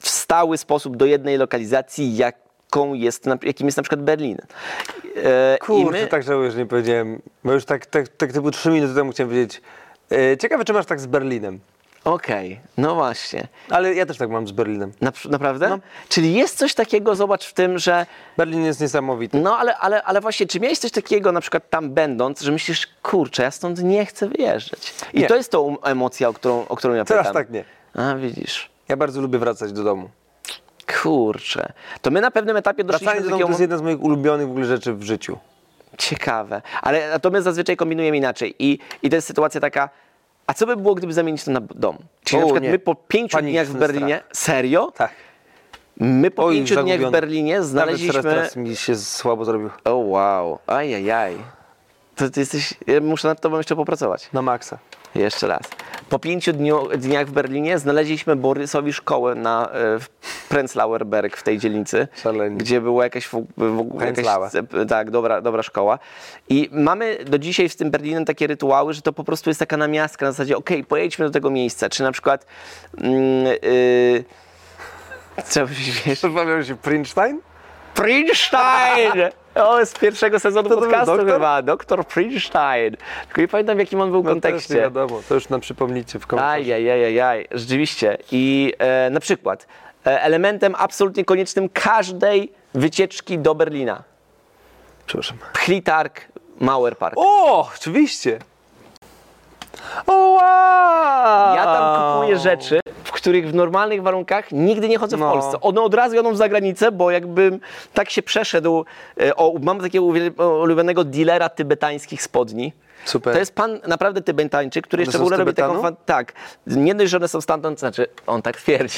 w stały sposób do jednej lokalizacji, jaką jest, na- jakim jest na przykład Berlin. E, i Kurczę, my- tak żałuję, że nie powiedziałem, bo już tak, tak, tak typu trzy minuty temu chciałem powiedzieć. E, ciekawe, czy masz tak z Berlinem. Okej, no właśnie. Ale ja też tak mam z Berlinem. Na, naprawdę? No. Czyli jest coś takiego, zobacz w tym, że Berlin jest niesamowity. no ale, ale, ale właśnie, czy miałeś coś takiego na przykład tam będąc, że myślisz, kurczę, ja stąd nie chcę wyjeżdżać. I Nie. to jest tą emocja, o którą, o którą ja Teraz pytam. tak nie. A, widzisz. Ja bardzo lubię wracać do domu. Kurczę. To my na pewnym etapie doszliśmy Wracanie do do domu to takiego... jest jedna z moich ulubionych w ogóle rzeczy w życiu. Ciekawe. Ale natomiast zazwyczaj kombinujemy inaczej. I, I to jest sytuacja taka, a co by było, gdyby zamienić to na dom? Czyli O, na przykład nie. my po pięciu Paniczny dniach w Berlinie... Serio? Tak. My po Oj, pięciu dniach w zagubiony. Berlinie Nawet znaleźliśmy... teraz, teraz mi się słabo zrobił. O wow, ajajaj. To ty jesteś... Ja muszę nad tobą jeszcze popracować. Na maksa. Jeszcze raz. Po pięciu dniu, dniach w Berlinie znaleźliśmy Borysowi szkołę na e, w Prenzlauer Berg w tej dzielnicy, Szaleni. gdzie była jakaś, w, w, jakaś Prenzlauer. e, tak, dobra, dobra szkoła. I mamy do dzisiaj z tym Berlinem takie rytuały, że to po prostu jest taka namiastka na zasadzie, okej, pojedźmy do tego miejsca. Czy na przykład... Mm, y, co byś wiesz? Rozmawiał się Prinstein? Prinstein! O, z pierwszego sezonu To to był podcastu doktor? chyba. Doktor Prinstein. Tylko nie pamiętam, w jakim on był No też nie kontekście. wiadomo, to już nam przypomnijcie w komentarzu. Ajajajajaj, rzeczywiście. I e, na przykład e, elementem absolutnie koniecznym każdej wycieczki do Berlina. Przepraszam. Pchlitark Mauerpark. O, oczywiście. O, wow! Ja tam kupuję rzeczy, w których w normalnych warunkach nigdy nie chodzę w No. Polsce. One od razu jadą za granicę, bo jakbym tak się przeszedł. E, o, mam takiego uwiel- ulubionego dealera tybetańskich spodni. Super. To jest pan naprawdę Tybetańczyk, który One jeszcze w są z ogóle robi taką... Tybetanu? Fan... Tak. Nie dość, że one są stamtąd, znaczy on tak twierdzi.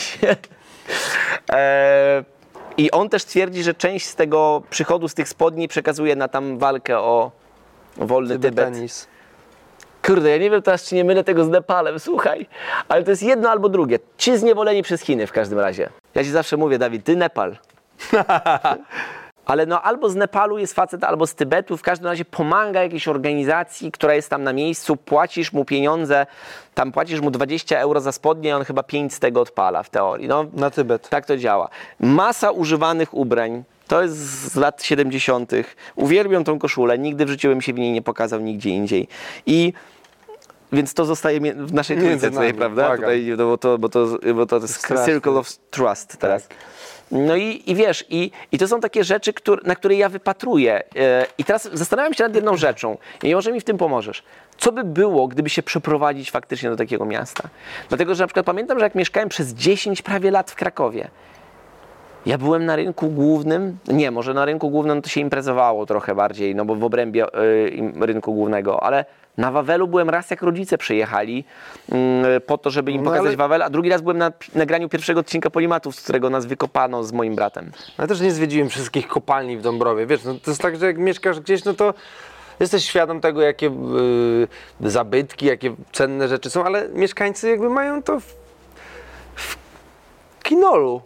e... I on też twierdzi, że część z tego przychodu z tych spodni przekazuje na tam walkę o wolny Tybet. Tybetanis. Kurde, ja nie wiem teraz, czy nie mylę tego z Nepalem, słuchaj. Ale to jest jedno albo drugie. Ci zniewoleni przez Chiny w każdym razie. Ja ci zawsze mówię, Dawid, ty Nepal. Ale no albo z Nepalu jest facet, albo z Tybetu. W każdym razie pomaga jakiejś organizacji, która jest tam na miejscu. Płacisz mu pieniądze, tam płacisz mu dwadzieścia euro za spodnie i on chyba pięć z tego odpala w teorii. No, Na Tybet. tak to działa. Masa używanych ubrań. To jest z lat siedemdziesiątych. Uwielbiam tą koszulę. Nigdy w życiu bym się w niej nie pokazał nigdzie indziej. I więc to zostaje mi- w naszej Między trójce tutaj, nami, prawda? błagam. Tutaj, no, bo, to, bo, to, bo to jest Straszne. circle of trust teraz. Tak. No i, i wiesz, i, i to są takie rzeczy, które, na które ja wypatruję. E, I teraz zastanawiam się nad jedną rzeczą. I może mi w tym pomożesz. Co by było, gdyby się przeprowadzić faktycznie do takiego miasta? Dlatego, że na przykład pamiętam, że jak mieszkałem przez dziesięć prawie lat w Krakowie, ja byłem na rynku głównym, nie, może na rynku głównym to się imprezowało trochę bardziej, no bo w obrębie y, im- rynku głównego, ale na Wawelu byłem raz, jak rodzice przyjechali y, po to, żeby im No, pokazać ale- Wawel, a drugi raz byłem na pi- nagraniu pierwszego odcinka Polimatów, z którego nas wykopano z moim bratem. Ale też nie zwiedziłem wszystkich kopalni w Dąbrowie. Wiesz, no to jest tak, że jak mieszkasz gdzieś, no to jesteś świadom tego, jakie yy, zabytki, jakie cenne rzeczy są, ale mieszkańcy jakby mają to w, w kinolu.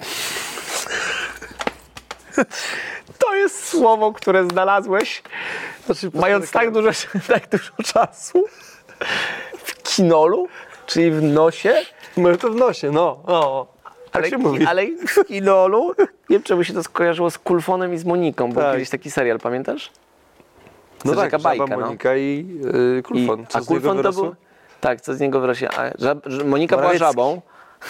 To jest słowo, które znalazłeś, Znaczy, mając tak dużo, tak dużo czasu w kinolu, czyli w nosie. Mamy to w nosie, no. O, tak Ale, się mówi. ale w kinolu, nie wiem, czemu się to skojarzyło z Kulfonem i z Moniką, bo Tak. kiedyś taki serial, pamiętasz? No To jest tak, taka bajka, Żaba, no. Monika i yy, I, Kulfon. Co a z niego Kulfon to wyrosło? był... Tak, co z niego wyrośnie. A, żab, że Monika była Morawiecki. żabą.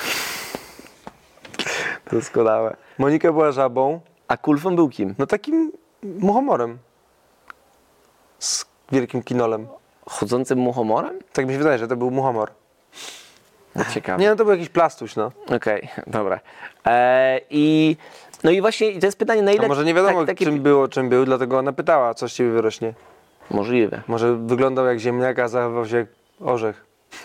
Doskonałe. Monika była żabą, A Kulfon był kim? no takim muchomorem. Z wielkim kinolem. Chodzącym muchomorem? Tak mi się wydaje, że to był muchomor. No, ciekawe. Nie, no to był jakiś plastuś, no. Okej, dobra. E, I no i właśnie i to jest pytanie, na ile... A może nie wiadomo, tak, takie- czym było, czym był, dlatego ona pytała, co z ciebie wyrośnie. Możliwe. Może wyglądał jak ziemniak, a zachowywał się jak orzech.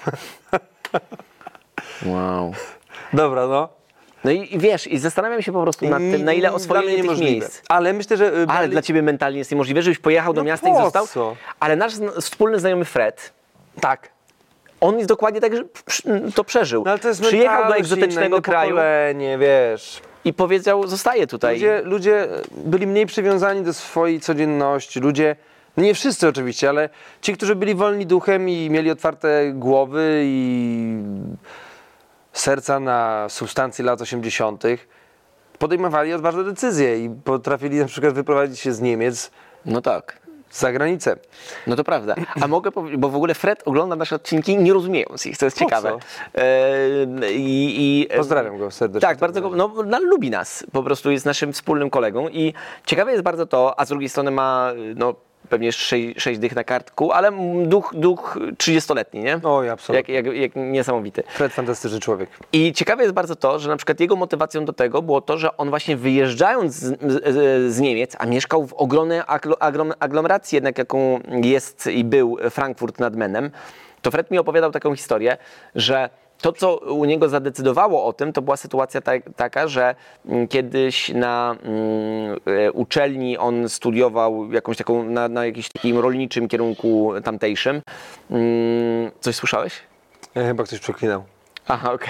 Wow. Dobra, no. No i, i wiesz, i zastanawiam się po prostu nad tym, na ile Dla oswojenie mnie tych niemożliwe. miejsc. Ale myślę, że... y, Ale Berlin- dla ciebie mentalnie jest niemożliwe, żebyś pojechał do No miasta po i został. co? Ale nasz zna- wspólny znajomy Fred, Tak. on jest dokładnie tak, że przy- to przeżył. No ale to jest Przyjechał do mentalność inna, egzotycznego inne kraju pokolenie, wiesz. i powiedział, zostaję tutaj. Ludzie, ludzie byli mniej przywiązani do swojej codzienności. Ludzie, no nie wszyscy oczywiście, ale ci, którzy byli wolni duchem i mieli otwarte głowy i serca na substancje lat osiemdziesiątych podejmowali odważne decyzje i potrafili na przykład wyprowadzić się z Niemiec No tak. za granicę. No to prawda. A mogę powiedzieć, bo w ogóle Fred ogląda nasze odcinki nie rozumiejąc ich, co jest Po ciekawe. co? E, i, i, Pozdrawiam go serdecznie. Tak, bardzo go, no, no, lubi nas, po prostu jest naszym wspólnym kolegą i ciekawe jest bardzo to, a z drugiej strony ma no, pewnie sześć, sześć dych na kartku, ale duch, duch trzydziestoletni, nie? Oj, absolutnie. Jak, jak, jak niesamowity. Fred fantastyczny człowiek. I ciekawe jest bardzo to, że na przykład jego motywacją do tego było to, że on właśnie wyjeżdżając z, z, z Niemiec, a mieszkał w ogromnej aglo- aglomeracji jednak jaką jest i był Frankfurt nad Menem, to Fred mi opowiadał taką historię, że to, co u niego zadecydowało o tym, to była sytuacja ta, taka, że kiedyś na mm, uczelni on studiował jakąś taką, na, na jakimś takim rolniczym kierunku tamtejszym. Mm, coś słyszałeś? Ja chyba ktoś przeklinał. Aha, okej.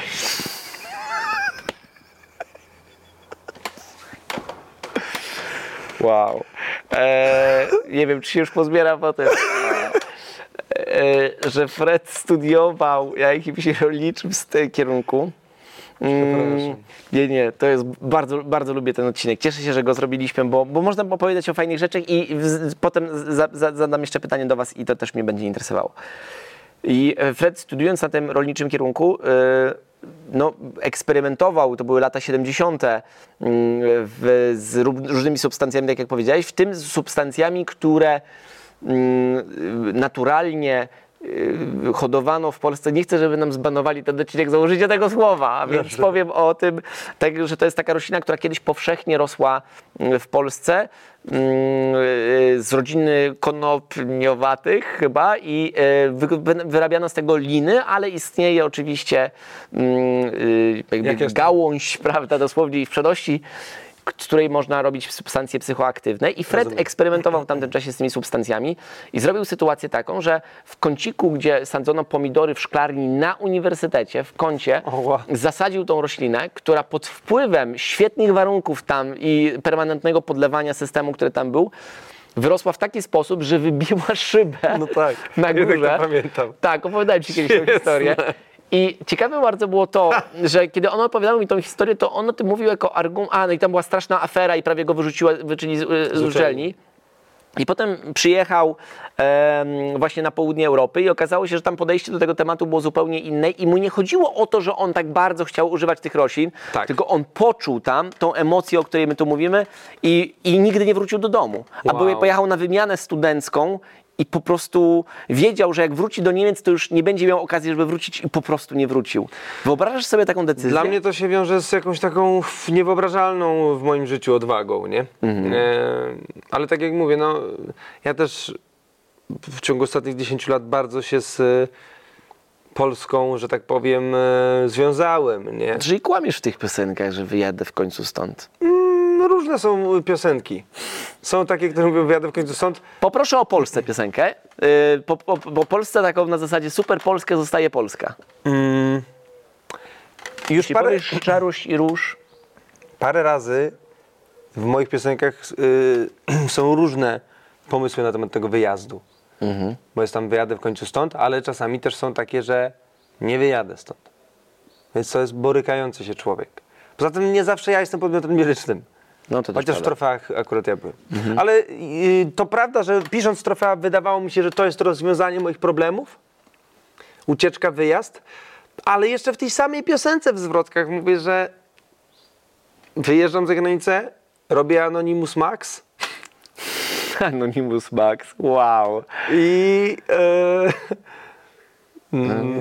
Wow. Eee, nie wiem, czy się już pozbiera potem. Eee, że Fred studiował w jakimś rolniczym z tego kierunku. Mm, nie, nie, to jest bardzo, bardzo lubię ten odcinek. Cieszę się, że go zrobiliśmy, bo, bo można opowiadać o fajnych rzeczach i w, potem za, za, zadam jeszcze pytanie do was i to też mnie będzie interesowało. I Fred studiując na tym rolniczym kierunku, no, eksperymentował, to były lata siedemdziesiąte w, z różnymi substancjami, tak jak powiedziałeś, w tym z substancjami, które naturalnie hodowano w Polsce. Nie chcę, żeby nam zbanowali ten odcinek za użycie tego słowa, a więc Dobrze. powiem o tym, tak, że to jest taka roślina, która kiedyś powszechnie rosła w Polsce z rodziny konopniowatych chyba i wyrabiano z tego liny, ale istnieje oczywiście jakby gałąź, prawda, dosłownie w przedości, z której można robić substancje psychoaktywne i Fred Rozumiem. eksperymentował w tamtym czasie z tymi substancjami i zrobił sytuację taką, że w kąciku, gdzie sadzono pomidory w szklarni na uniwersytecie, w kącie, oh, wow. zasadził tą roślinę, która pod wpływem świetnych warunków tam i permanentnego podlewania systemu, który tam był, wyrosła w taki sposób, że wybiła szybę no tak. na górze. Ja tak pamiętam. Tak, opowiadałem ci kiedyś tę historię. I ciekawe bardzo było to, że kiedy on opowiadał mi tą historię, to on o tym mówił jako argument, a no i tam była straszna afera i prawie go wyrzuciła, wyczyli z, z uczelni. I potem przyjechał e, właśnie na południe Europy i okazało się, że tam podejście do tego tematu było zupełnie inne i mu nie chodziło o to, że on tak bardzo chciał używać tych roślin, tak. tylko on poczuł tam tą emocję, o której my tu mówimy i, i nigdy nie wrócił do domu. Wow. A bo pojechał na wymianę studencką i po prostu wiedział, że jak wróci do Niemiec, to już nie będzie miał okazji, żeby wrócić i po prostu nie wrócił. Wyobrażasz sobie taką decyzję? Dla mnie to się wiąże z jakąś taką niewyobrażalną w moim życiu odwagą, nie? Mhm. E, ale tak jak mówię, no ja też w ciągu ostatnich dziesięciu lat bardzo się z Polską, że tak powiem, e, związałem, nie? Czyli kłamiesz w tych piosenkach, że wyjadę w końcu stąd? No różne są piosenki. Są takie, które mówią, wyjadę w końcu stąd. Poproszę o Polsce piosenkę. Yy, po, po, po Polsce taką na zasadzie super Polska zostaje Polska. Mm. Już parę... powiesz czaruś i róż? Parę razy w moich piosenkach yy, są różne pomysły na temat tego wyjazdu. Mhm. Bo jest tam wyjadę w końcu stąd, ale czasami też są takie, że nie wyjadę stąd. Więc to jest borykający się człowiek. Poza tym nie zawsze ja jestem podmiotem lirycznym. No to Chociaż w trofeach akurat ja byłem. Mhm. Ale y, to prawda, że pisząc trofea wydawało mi się, że to jest rozwiązanie moich problemów. Ucieczka, wyjazd. Ale jeszcze w tej samej piosence w zwrotkach mówię, że wyjeżdżam za granicę, robię Anonymous Max. Anonymous Max, wow. I... Yy,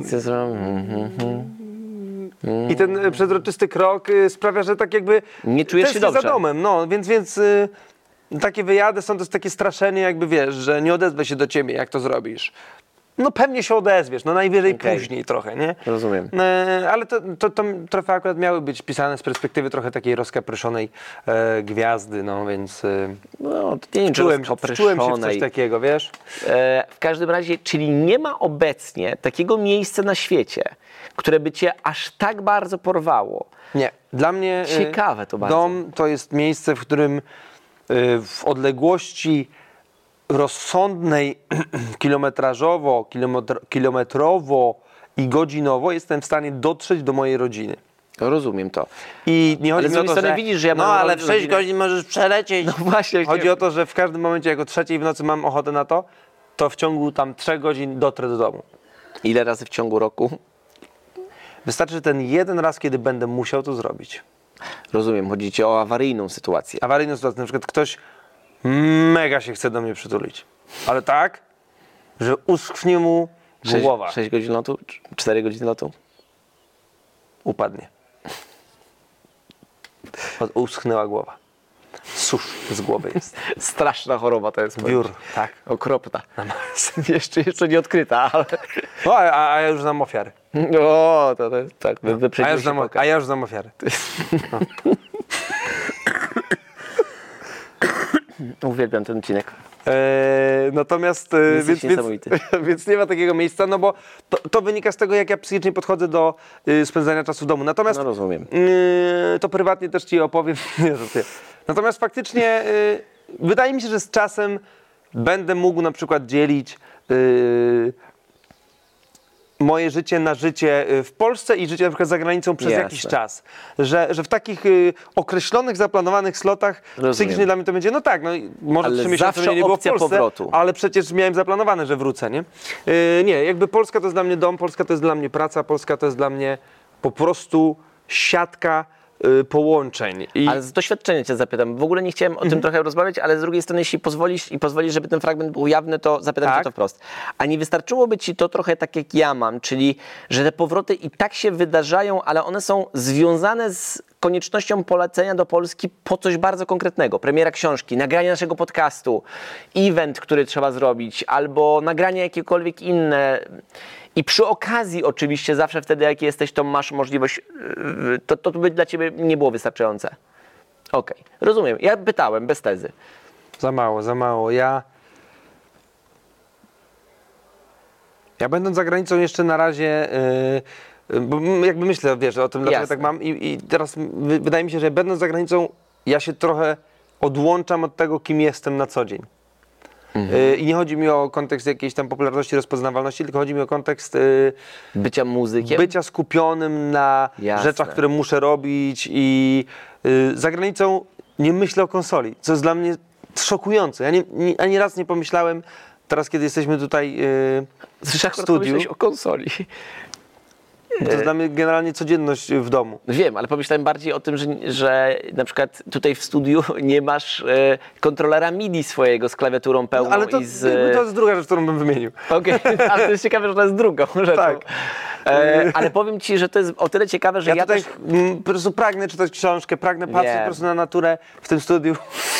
I ten przezroczysty krok sprawia, że tak jakby nie czujesz się dobrze za domem, no, więc, więc y, takie wyjady są, to jest takie straszenie, jakby wiesz, że nie odezwę się do ciebie, jak to zrobisz. No pewnie się odezwiesz, no najwyżej okay. później trochę, nie? Rozumiem. E, ale to, to, to trofea akurat miały być pisane z perspektywy trochę takiej rozkapryszonej e, gwiazdy, no więc e, no, to nie czułem, czułem się w coś takiego, wiesz? E, w każdym razie, czyli nie ma obecnie takiego miejsca na świecie, które by cię aż tak bardzo porwało. Nie. Dla mnie ciekawe to bardzo. Dom to jest miejsce, w którym w odległości rozsądnej, kilometrażowo, kilometr, kilometrowo i godzinowo jestem w stanie dotrzeć do mojej rodziny. Rozumiem to. I nie chodzi Ale z mi o drugiej to, strony że widzisz, że ja no mam ale w rodzinę. sześć godzin możesz przelecieć. No właśnie. Chodzi o to, że w każdym momencie, jak o trzeciej w nocy mam ochotę na to, to w ciągu tam trzech godzin dotrę do domu. Ile razy w ciągu roku? Wystarczy ten jeden raz, kiedy będę musiał to zrobić. Rozumiem, chodzi ci o awaryjną sytuację. Awaryjną sytuację, na przykład ktoś mega się chce do mnie przytulić, ale tak, że uschnie mu głowa. sześć godzin lotu? cztery godziny lotu? Upadnie. Od- Uschnęła głowa. Susz z głowy jest. Straszna choroba to jest. Wiór, tak. Okropna. jeszcze, jeszcze nie odkryta, ale... No, a, a ja już znam ofiary. O, to, to jest tak. A ja Wyprzedził już się znam, pokaz. a ja już znam ofiary. Uwielbiam ten odcinek. Eee, natomiast e, Jesteś więc, więc, niesamowity. więc nie ma takiego miejsca, no bo to, to wynika z tego, jak ja psychicznie podchodzę do y, spędzania czasu w domu. Natomiast No rozumiem. y, to prywatnie też ci opowiem. Nie, żartuję. Natomiast faktycznie y, wydaje mi się, że z czasem będę mógł na przykład dzielić y, moje życie na życie y, w Polsce i życie na przykład za granicą przez Jasne. jakiś czas. Że, że w takich y, określonych, zaplanowanych slotach Rozumiem. psychicznie dla mnie to będzie, no tak, no i może Ale trzy miesiące zawsze mnie nie było w opcja Polsce, powrotu. ale przecież miałem zaplanowane, że wrócę, nie? Yy, nie, jakby Polska to jest dla mnie dom, Polska to jest dla mnie praca, Polska to jest dla mnie po prostu siatka yy, połączeń. I Ale z doświadczenia cię zapytam. W ogóle nie chciałem o Mhm. tym trochę rozmawiać, ale z drugiej strony, jeśli pozwolisz i pozwolisz, żeby ten fragment był jawny, to zapytam Tak. cię to wprost. A nie wystarczyłoby ci to trochę tak, jak ja mam, czyli, że te powroty i tak się wydarzają, ale one są związane z koniecznością polecenia do Polski po coś bardzo konkretnego. Premiera książki, nagranie naszego podcastu, event, który trzeba zrobić, albo nagranie jakiekolwiek inne. I przy okazji oczywiście zawsze wtedy, jak jesteś, to masz możliwość, yy, to, to by dla ciebie nie było wystarczające. Okej, rozumiem. Ja pytałem, bez tezy. za mało, za mało. Ja ja będąc za granicą jeszcze na razie yy, bo m- jakby myślę, wiesz, o tym, dlaczego Jasne. tak mam i, i teraz wy, wydaje mi się, że będąc za granicą ja się trochę odłączam od tego, kim jestem na co dzień. Yy, I nie chodzi mi o kontekst jakiejś tam popularności, rozpoznawalności, tylko chodzi mi o kontekst yy, Bycia muzykiem. bycia skupionym na Jasne. rzeczach, które muszę robić i yy, za granicą nie myślę o konsoli, co jest dla mnie szokujące. Ja nie, nie, ani raz nie pomyślałem, teraz kiedy jesteśmy tutaj yy, w Akurat studiu, pomyślałeś o konsoli. to jest dla mnie generalnie codzienność w domu. Wiem, ale pomyślałem bardziej o tym, że, że na przykład tutaj w studiu nie masz e, kontrolera MIDI swojego z klawiaturą pełną Ale to, i z... to jest druga rzecz, którą bym wymienił. Okej, ale to jest ciekawe, że to jest drugą rzeczą. Tak. E, ale powiem ci, że to jest o tyle ciekawe, że Ja, ja, tutaj też... mm, po prostu pragnę czytać książkę, pragnę patrzeć Wiem. po prostu na naturę w tym studiu.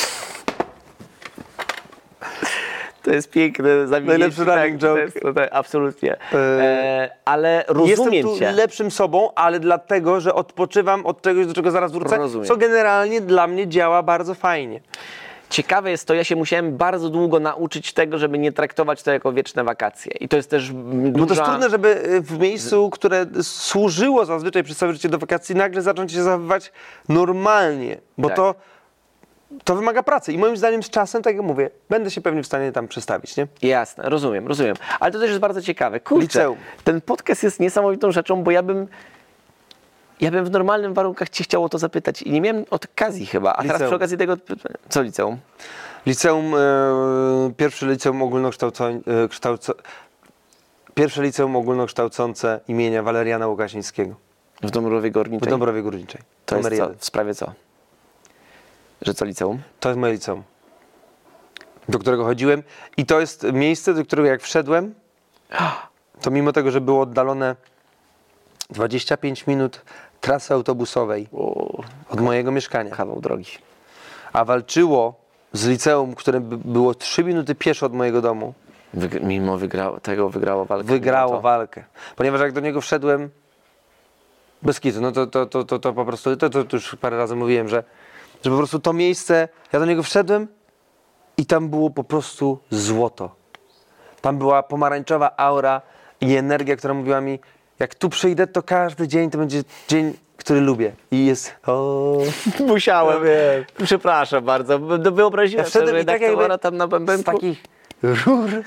To jest piękne zawinięcie. Najlepszy running to joke. jest, to, to, absolutnie. E, ale rozumiem Jestem tu cię. lepszym sobą, ale dlatego, że odpoczywam od czegoś, do czego zaraz wrócę, Rozumiem. co generalnie dla mnie działa bardzo fajnie. Ciekawe jest to, ja się musiałem bardzo długo nauczyć tego, żeby nie traktować to jako wieczne wakacje. I to jest też duża... Bo to jest trudne, żeby w miejscu, które służyło zazwyczaj przez całe życie do wakacji, nagle zacząć się zachowywać normalnie, bo Tak. to, to wymaga pracy. I moim zdaniem z czasem, tak jak mówię, będę się pewnie w stanie tam przestawić, nie? Jasne, rozumiem, rozumiem. Ale to też jest bardzo ciekawe. Kurczę, Liceum. ten podcast jest niesamowitą rzeczą, bo ja bym... Ja bym w normalnych warunkach cię chciał o to zapytać i nie miałem okazji chyba. A teraz Liceum. przy okazji tego... Co liceum? Liceum, e, pierwsze liceum ogólnokształcące, e, kształco, pierwsze liceum ogólnokształcące imienia Waleriana Łukasińskiego W Dąbrowie w Górniczej? Dąbrowie Górniczej. To jest Numer co? jeden. W sprawie co? Że co liceum? To jest moje liceum, do którego chodziłem i to jest miejsce, do którego jak wszedłem, to mimo tego, że było oddalone dwadzieścia pięć minut trasy autobusowej O, od mojego mieszkania, kawał drogi. a walczyło z liceum, które by- było trzy minuty pieszo od mojego domu, Wygr- mimo wygrało, tego wygrało walkę. wygrało mimo to. walkę. Ponieważ jak do niego wszedłem bez kitu, no to, to, to, to, to po prostu, to, to, to już parę razy mówiłem, że, że po prostu to miejsce, ja do niego wszedłem i tam było po prostu złoto. Tam była pomarańczowa aura i energia, która mówiła mi, jak tu przyjdę, to każdy dzień to będzie dzień, który lubię. I jest... O... Musiałem. Ja wiem. Przepraszam bardzo. No, wyobraziłem Ja wszedłem sobie i tak redaktora jakby tam na z bębenku. takich rur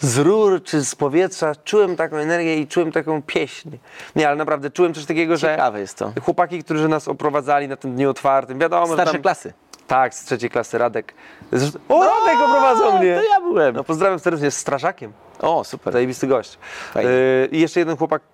z rur czy z powietrza czułem taką energię i czułem taką pieśń. Nie, ale naprawdę czułem coś takiego, że Ciekawe jest to. chłopaki, którzy nas oprowadzali na tym dniu otwartym, wiadomo, że Starsze tam... klasy. Tak, z trzeciej klasy, Radek. Zresztą... O, Radek oprowadzał mnie! To ja byłem. No pozdrawiam serdecznie, z strażakiem. O, super. Zajebisty gość. Fajnie. Yy, I jeszcze jeden chłopak.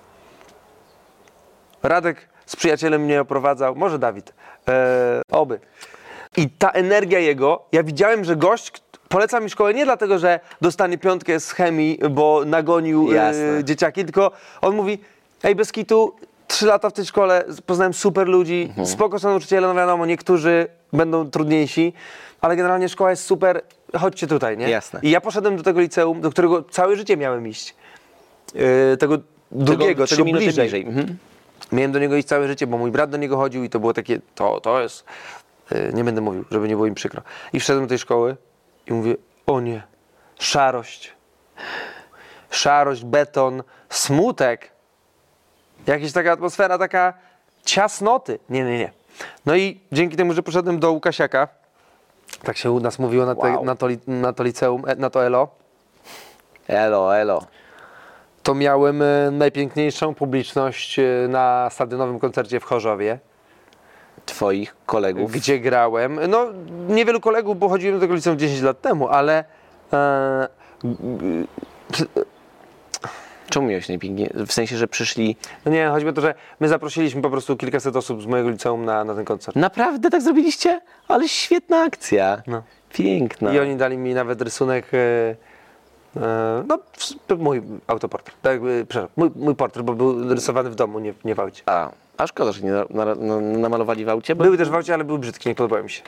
Radek z przyjacielem mnie oprowadzał, może Dawid. Yy, oby. I ta energia jego, ja widziałem, że gość poleca mi szkołę nie dlatego, że dostanie piątkę z chemii, bo nagonił Jasne. yy, dzieciaki, tylko on mówi, ej, bez kitu, trzy lata w tej szkole, poznałem super ludzi, Mhm. spoko są nauczyciele, no wiadomo, niektórzy będą trudniejsi, ale generalnie szkoła jest super, chodźcie tutaj, nie? Jasne. I ja poszedłem do tego liceum, do którego całe życie miałem iść. Yy, tego drugiego, trzy tego minuty bliżej. bliżej. Mhm. Miałem do niego iść całe życie, bo mój brat do niego chodził i to było takie, to, to jest, yy, nie będę mówił, żeby nie było im przykro. I wszedłem do tej szkoły i mówię, o nie, szarość. Szarość, beton, smutek. Jakaś taka atmosfera, taka ciasnoty. Nie, nie, nie. No i dzięki temu, że poszedłem do Łukasiaka, tak się u nas mówiło na, te, Wow. na, to, li- na to liceum, e, na to elo, Elo, elo. to miałem e, najpiękniejszą publiczność e, na stadionowym koncercie w Chorzowie, Twoich kolegów. gdzie grałem. No, niewielu kolegów, bo chodziłem do tego liceum dziesięć lat temu, ale e, Czemu miałeś najpiękniej? W sensie, że przyszli... no nie, chodzi o to, że my zaprosiliśmy po prostu kilkaset osób z mojego liceum na, na ten koncert. Naprawdę tak zrobiliście? Ale świetna akcja. No. Piękna. I oni dali mi nawet rysunek, e, e, no w- mój autoportret, tak, jakby, przepraszam, mój, mój portret, bo był rysowany w domu, nie, nie w aucie. A, a szkoda, że nie na, na, na, namalowali w aucie, bo... Były też w aucie, ale były brzydkie, nie podobały mi się.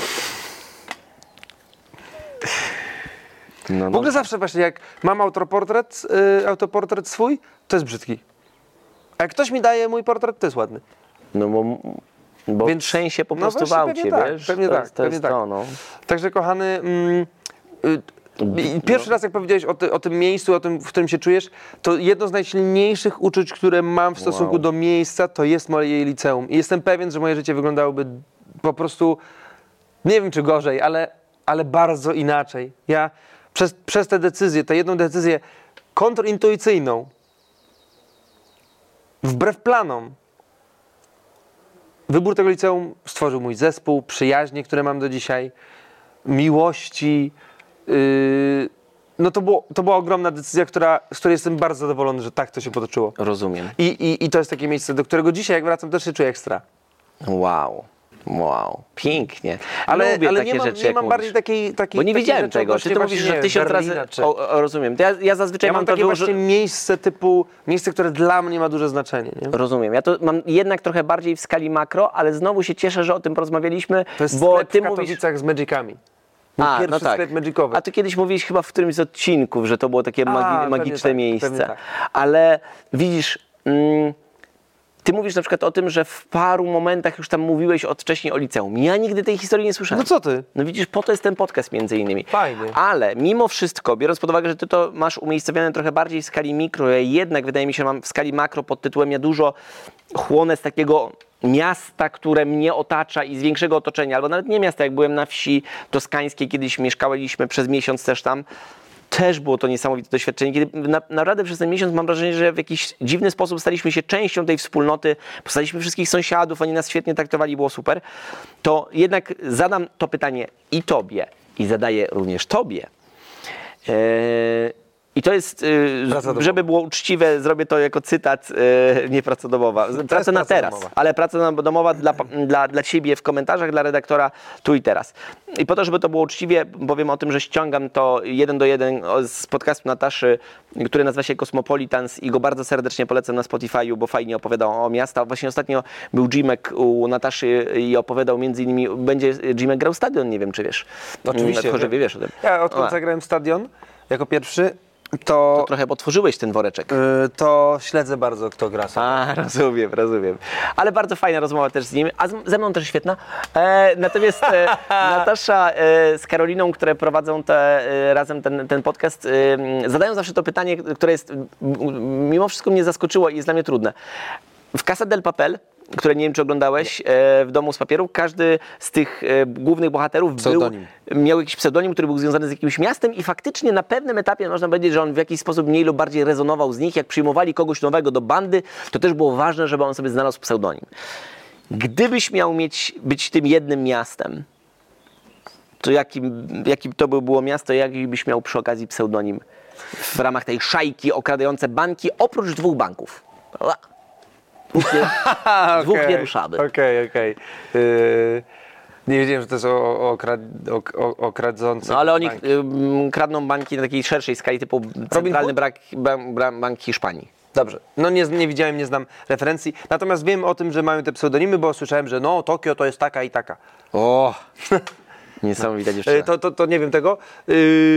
No, W no. ogóle zawsze właśnie jak mam autoportret, y, autoportret swój, to jest brzydki. A jak ktoś mi daje mój portret, to jest ładny. No bo, bo Więc- trzęsie po no prostu w właśnie, aucie, pewnie tak, wiesz? pewnie to tak, jest, to pewnie jest tak. to, no. Także kochany, mm, y, i pierwszy raz jak powiedziałeś o, ty, o tym miejscu, o tym, w którym się czujesz, to jedno z najsilniejszych uczuć, które mam w stosunku Wow. do miejsca, to jest moje liceum. I jestem pewien, że moje życie wyglądałoby po prostu, nie wiem czy gorzej, ale, ale bardzo inaczej. Ja przez, przez tę decyzję, tę jedną decyzję kontrintuicyjną, wbrew planom, wybór tego liceum stworzył mój zespół, przyjaźnie, które mam do dzisiaj, miłości. Yy, no to, było, to była ogromna decyzja, która, z której jestem bardzo zadowolony, że tak to się potoczyło. Rozumiem. I, i, I to jest takie miejsce, do którego dzisiaj, jak wracam, też się czuję ekstra. Wow. Wow. Pięknie. Ale, Lubię ale takie nie mam, rzeczy, nie jak mam mówisz. bardziej takiej, takiej Bo nie takiej wiedziałem rzeczy tego. Ty odnośnie to mówisz, właśnie, że nie tysiąc wiem, razy... Berlina, czy... O, o, rozumiem. To ja, ja zazwyczaj Ja mam mam to takie wyłożone- właśnie miejsce typu, miejsce, które dla mnie ma duże znaczenie. Nie? Rozumiem. Ja to mam jednak trochę bardziej w skali makro, ale znowu się cieszę, że o tym porozmawialiśmy, To jest bo sklep ty w mówisz... Katowicach z Magicami. Mój A, pierwszy no tak. sklep magicowy. A ty kiedyś mówiłeś chyba w którymś z odcinków, że to było takie A, magi- pewnie magiczne tak, miejsce. pewnie tak. Ale widzisz, mm, ty mówisz na przykład o tym, że w paru momentach już tam mówiłeś od wcześniej o liceum. Ja nigdy tej historii nie słyszałem. No co ty? No widzisz, po to jest ten podcast między innymi. Fajnie. Ale mimo wszystko, biorąc pod uwagę, że ty to masz umiejscowione trochę bardziej w skali mikro, ja jednak wydaje mi się, że mam w skali makro pod tytułem ja dużo chłonę z takiego miasta, które mnie otacza i z większego otoczenia, albo nawet nie miasta, jak byłem na wsi toskańskiej, kiedyś mieszkaliśmy przez miesiąc też tam, też było to niesamowite doświadczenie, kiedy na, naprawdę przez ten miesiąc mam wrażenie, że w jakiś dziwny sposób staliśmy się częścią tej wspólnoty, poznaliśmy wszystkich sąsiadów, oni nas świetnie traktowali, było super, to jednak zadam to pytanie i tobie, i zadaję również tobie. Eee, I to jest, yy, Praca domowa. żeby było uczciwe, zrobię to jako cytat, yy, nie praca domowa, praca na praca teraz, domowa. ale praca domowa dla, dla, dla ciebie w komentarzach, dla redaktora tu i teraz. I po to, żeby to było uczciwie, powiem o tym, że ściągam to jeden do jeden o- z podcastu Nataszy, który nazywa się Cosmopolitans i go bardzo serdecznie polecam na Spotify'u, bo fajnie opowiadał o miastach. Właśnie ostatnio był Jimek u Nataszy i opowiadał między innymi, będzie Jimek grał stadion, nie wiem czy wiesz. Oczywiście. Na Chorzowie wiesz o tym. Ja odkąd A. zagrałem stadion jako pierwszy, To to, trochę otworzyłeś ten woreczek. y, to śledzę bardzo, kto gra sobie. A, rozumiem, rozumiem. Ale bardzo fajna rozmowa też z nim, a z, ze mną też świetna. E, natomiast e, Natasza e, z Karoliną, które prowadzą te, e, razem ten, ten podcast, e, zadają zawsze to pytanie, które jest, m, mimo wszystko mnie zaskoczyło i jest dla mnie trudne. W Casa del Papel które nie wiem, czy oglądałeś, e, w Domu z papieru. Każdy z tych e, głównych bohaterów Pseudonim. był, miał jakiś pseudonim, który był związany z jakimś miastem i faktycznie na pewnym etapie można powiedzieć, że on w jakiś sposób mniej lub bardziej rezonował z nich. Jak przyjmowali kogoś nowego do bandy, to też było ważne, żeby on sobie znalazł pseudonim. Gdybyś miał mieć, być tym jednym miastem, to jakim, jakim to by było miasto, jaki byś miał przy okazji pseudonim w ramach tej szajki okradające banki, oprócz dwóch banków? Dwóch nie, dwóch nie ruszamy. Okej, okej. Yy, Nie wiedziałem, że to jest o, o, okrad, o, o, o kradzące No ale oni banki. ym, kradną banki na takiej szerszej skali, typu centralny Hood? brak, bank, bank, bank Hiszpanii. Dobrze, no nie, nie widziałem, nie znam referencji, natomiast wiem o tym, że mają te pseudonimy, bo słyszałem, że no Tokio to jest taka i taka. O, niesamowita dziewczyna. Yy, to, to, to nie wiem tego. Yy,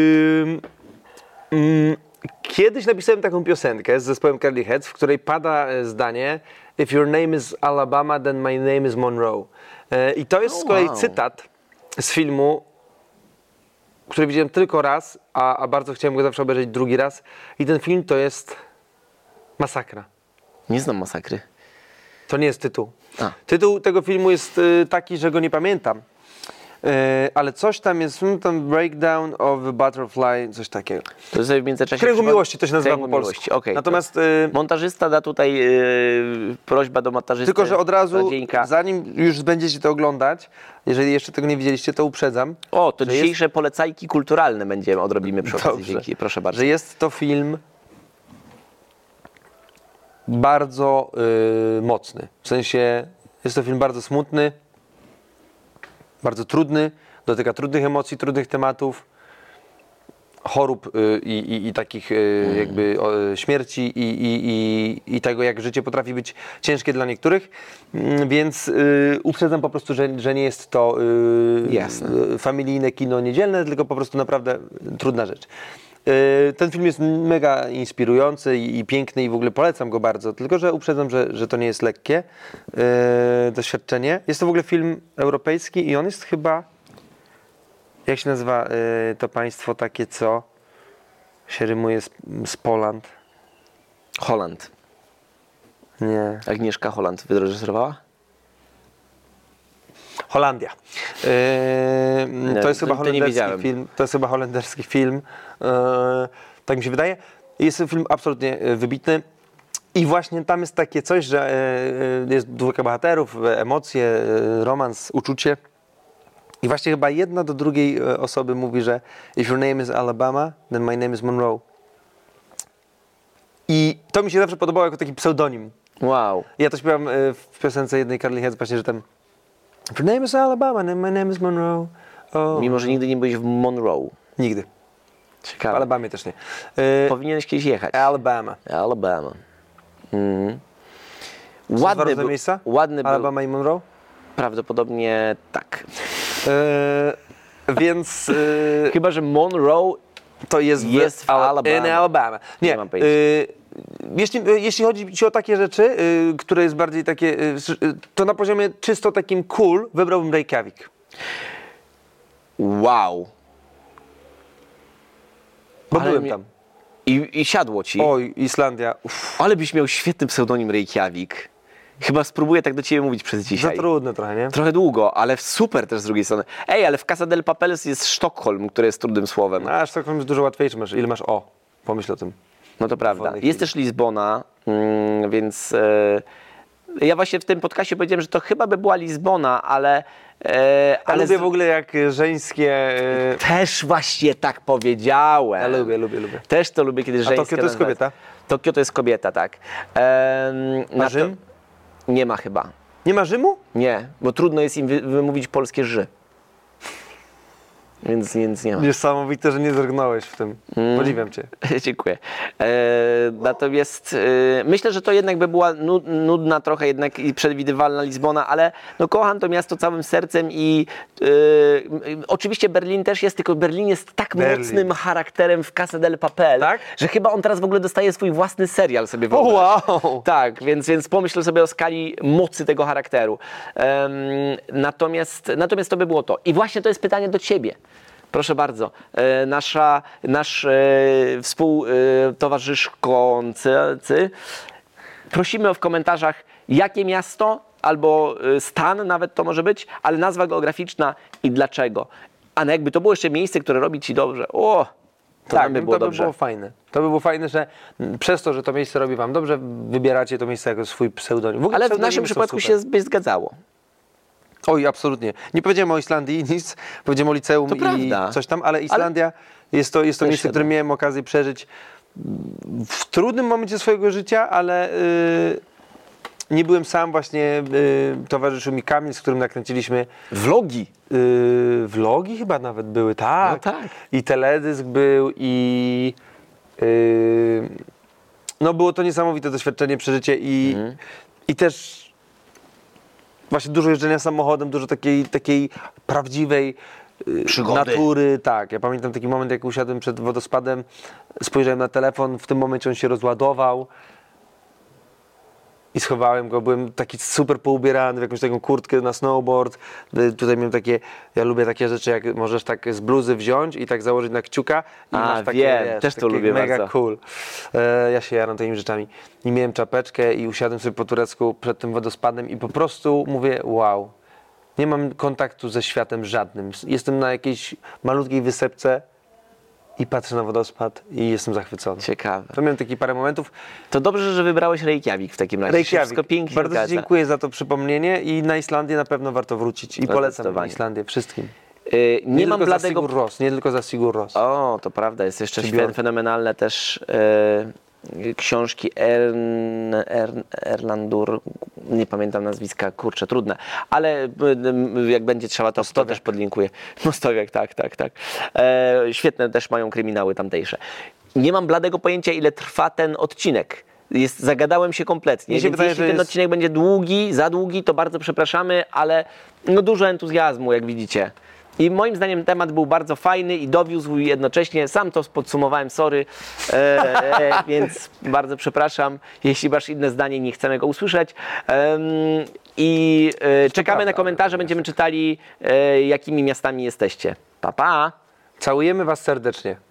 mm, Kiedyś napisałem taką piosenkę z zespołem Curly Heads, w której pada e, zdanie If your name is Alabama, then my name is Monroe. E, I to jest Oh, z kolei wow. cytat cytat z filmu, który widziałem tylko raz, a, a bardzo chciałem go zawsze obejrzeć drugi raz. I ten film to jest Masakra. Nie znam Masakry. To nie jest tytuł. A. Tytuł tego filmu jest y, taki, że go nie pamiętam. Y, ale coś tam jest, hmm, tam Breakdown of a Butterfly, coś takiego. To sobie w międzyczasie... Kręgu przypom- miłości to się nazywa Kręgu po polsku. miłości, okej. Natomiast y, Montażysta da tutaj yy, prośba do montażysty. tylko, że od razu, Radzieńka. zanim już będziecie to oglądać, jeżeli jeszcze tego nie widzieliście, to uprzedzam, O, to że dzisiejsze polecajki kulturalne będziemy odrobimy przy okazji. Dobrze. Dzięki, proszę bardzo. że jest to film bardzo y, mocny. W sensie jest to film bardzo smutny, bardzo trudny, dotyka trudnych emocji, trudnych tematów, chorób y, i, i, i takich y, Mm. jakby o, śmierci i, i, i, i tego, jak życie potrafi być ciężkie dla niektórych. Mm, Więc y, uprzedzam po prostu, że, że nie jest to y, Jasne. y, familijne kino niedzielne, tylko po prostu naprawdę trudna rzecz. Y, Ten film jest mega inspirujący i, i piękny i w ogóle polecam go bardzo, tylko że uprzedzam, że, że to nie jest lekkie y, doświadczenie. Jest to w ogóle film europejski i on jest chyba, jak się nazywa y, to państwo takie, co się rymuje z, z Poland? Holland. Nie. Agnieszka Holland wyreżyserowała? Holandia. Yy, Nie, to jest to- chyba to nie holenderski wiedziałem. film. To jest chyba holenderski film. Yy, tak mi się wydaje. Jest to film absolutnie yy, wybitny. I właśnie tam jest takie coś, że yy, jest dwójka bohaterów, emocje, yy, romans, uczucie. I właśnie chyba jedna do drugiej yy, osoby mówi, że if your name is Alabama, then my name is Monroe. I to mi się zawsze podobało jako taki pseudonim. Wow. Ja to śpiewam yy, w piosence jednej Curly Heads właśnie, że tam if your name is Alabama, then my name is Monroe. Oh. Mimo, że nigdy nie byłeś w Monroe. Nigdy. W Ciekawe. Alabamie też nie. Yy, Powinieneś kiedyś jechać. Alabama. Alabama. Mhm. Ładny Ładny różne był, miejsca? ładny był. Alabama i Monroe? Prawdopodobnie tak. Yy, więc yy, Chyba, że Monroe to jest, jest w Al- Alabama. In Alabama. Nie, Nie mam pojęcia. yy, jeśli, yy, jeśli chodzi ci o takie rzeczy, yy, które jest bardziej takie, yy, s- yy, to na poziomie czysto takim cool wybrałbym Reykjavik. wow. Bo Ale byłem mnie- tam. I, I siadło ci. Oj, Islandia. Uff, Ale byś miał świetny pseudonim Reykjavik. Chyba spróbuję tak do ciebie mówić przez za dzisiaj. trudne trochę, nie? Trochę długo, ale super też z drugiej strony. Ej, ale w Casa del Papel jest Sztokholm, które jest trudnym słowem. A Sztokholm jest dużo łatwiejszy. Masz, ile masz o? Pomyśl o tym. No to prawda. wolnej Jest chwili. też Lizbona, mm, więc e, ja właśnie w tym podcaście powiedziałem, że to chyba by była Lizbona, ale... E, Ja ale lubię z- w ogóle jak y, żeńskie... y, Też właśnie tak powiedziałem. Ja lubię, lubię, lubię. Też to lubię, kiedy żeńskie Tokio to jest nazwa kobieta? Tokio to jest kobieta, tak. Em, Ma na Rzym? To... Nie ma chyba. Nie ma Rzymu? Nie, bo trudno jest im wy- wymówić polskie ży. Więc nic nie ma. Niesamowite, że nie zrgnąłeś w tym. Mm. Podziwiam cię. Dziękuję. E, natomiast e, myślę, że to jednak by była nu- nudna trochę jednak i przewidywalna Lizbona, ale no kocham to miasto całym sercem i e, m, oczywiście Berlin też jest, tylko Berlin jest tak Berlin. mocnym charakterem w Casa del Papel, Tak? że chyba on teraz w ogóle dostaje swój własny serial sobie O, wyobraź. wow! Tak, więc, więc pomyśl sobie o skali mocy tego charakteru. Em, natomiast, natomiast to by było to. I właśnie to jest pytanie do ciebie. Proszę bardzo, e, nasza, nasz e, współtowarzyszkoncy, prosimy o w komentarzach, jakie miasto albo y, stan nawet to może być, ale nazwa geograficzna i dlaczego. A no jakby to było jeszcze miejsce, które robi ci dobrze, o, to tak, nam by no było to by dobrze. było fajne. To by było fajne, że mm, przez to, że to miejsce robi wam dobrze, wybieracie to miejsce jako swój pseudonim. W ogóle Ale w pseudonimy naszym są przypadku super. się by zgadzało. Oj, absolutnie. Nie powiedziałem o Islandii nic, powiedziałem o liceum To i prawda. coś tam, ale Islandia jest to, jest to Też miejsce, się które da. miałem okazję przeżyć w trudnym momencie swojego życia, ale yy, nie byłem sam, właśnie yy, towarzyszył mi Kamil, z którym nakręciliśmy Vlogi. yy, vlogi chyba nawet były, tak. No tak. I teledysk był i yy, no było to niesamowite doświadczenie, przeżycie i, Mhm. i też właśnie dużo jeżdżenia samochodem, dużo takiej, takiej prawdziwej yy, Przygody. natury. Tak, ja pamiętam taki moment, jak usiadłem przed wodospadem, spojrzałem na telefon, w tym momencie on się rozładował i schowałem go. Byłem taki super poubierany w jakąś taką kurtkę na snowboard. Y, Tutaj miałem takie, ja lubię takie rzeczy, jak możesz tak z bluzy wziąć i tak założyć na kciuka i A, masz takie, wiem, wiesz, też to takie lubię mega bardzo. cool. E, ja się jaram takimi rzeczami. I miałem czapeczkę i usiadłem sobie po turecku przed tym wodospadem i po prostu mówię, wow, nie mam kontaktu ze światem żadnym. Jestem na jakiejś malutkiej wysepce i patrzę na wodospad i jestem zachwycony. Ciekawe. To miałem takie parę momentów. To dobrze, że wybrałeś Reykjavik w takim razie. Wszystko Reykjavik. pięknie Bardzo zgadza. dziękuję za to przypomnienie i na Islandię na pewno warto wrócić. I No, polecam zdecydowanie. Islandię wszystkim. Y, nie, Nie mam tylko za bladego... Sigur Ros, nie tylko za Sigur Ros. O, to prawda, jest jeszcze Czy świetne, Bjork. fenomenalne też e, książki Ern, Ern, Erlandur, nie pamiętam nazwiska, kurczę, trudne, ale e, jak będzie trzeba, to, to też podlinkuję. Mostowiak, tak, tak, tak. E, świetne też mają kryminały tamtejsze. Nie mam bladego pojęcia, ile trwa ten odcinek. Jest, zagadałem się kompletnie, Mnie się więc wydaje, jeśli że ten jest- odcinek będzie długi, za długi, to bardzo przepraszamy, ale no dużo entuzjazmu, jak widzicie. I moim zdaniem temat był bardzo fajny i dowiózł jednocześnie. Sam to podsumowałem, sorry, e, e, więc bardzo przepraszam, jeśli masz inne zdanie, nie chcemy go usłyszeć. Em, I e, czekamy prawda, na komentarze, będziemy czytali, e, jakimi miastami jesteście. Pa, pa! Całujemy was serdecznie.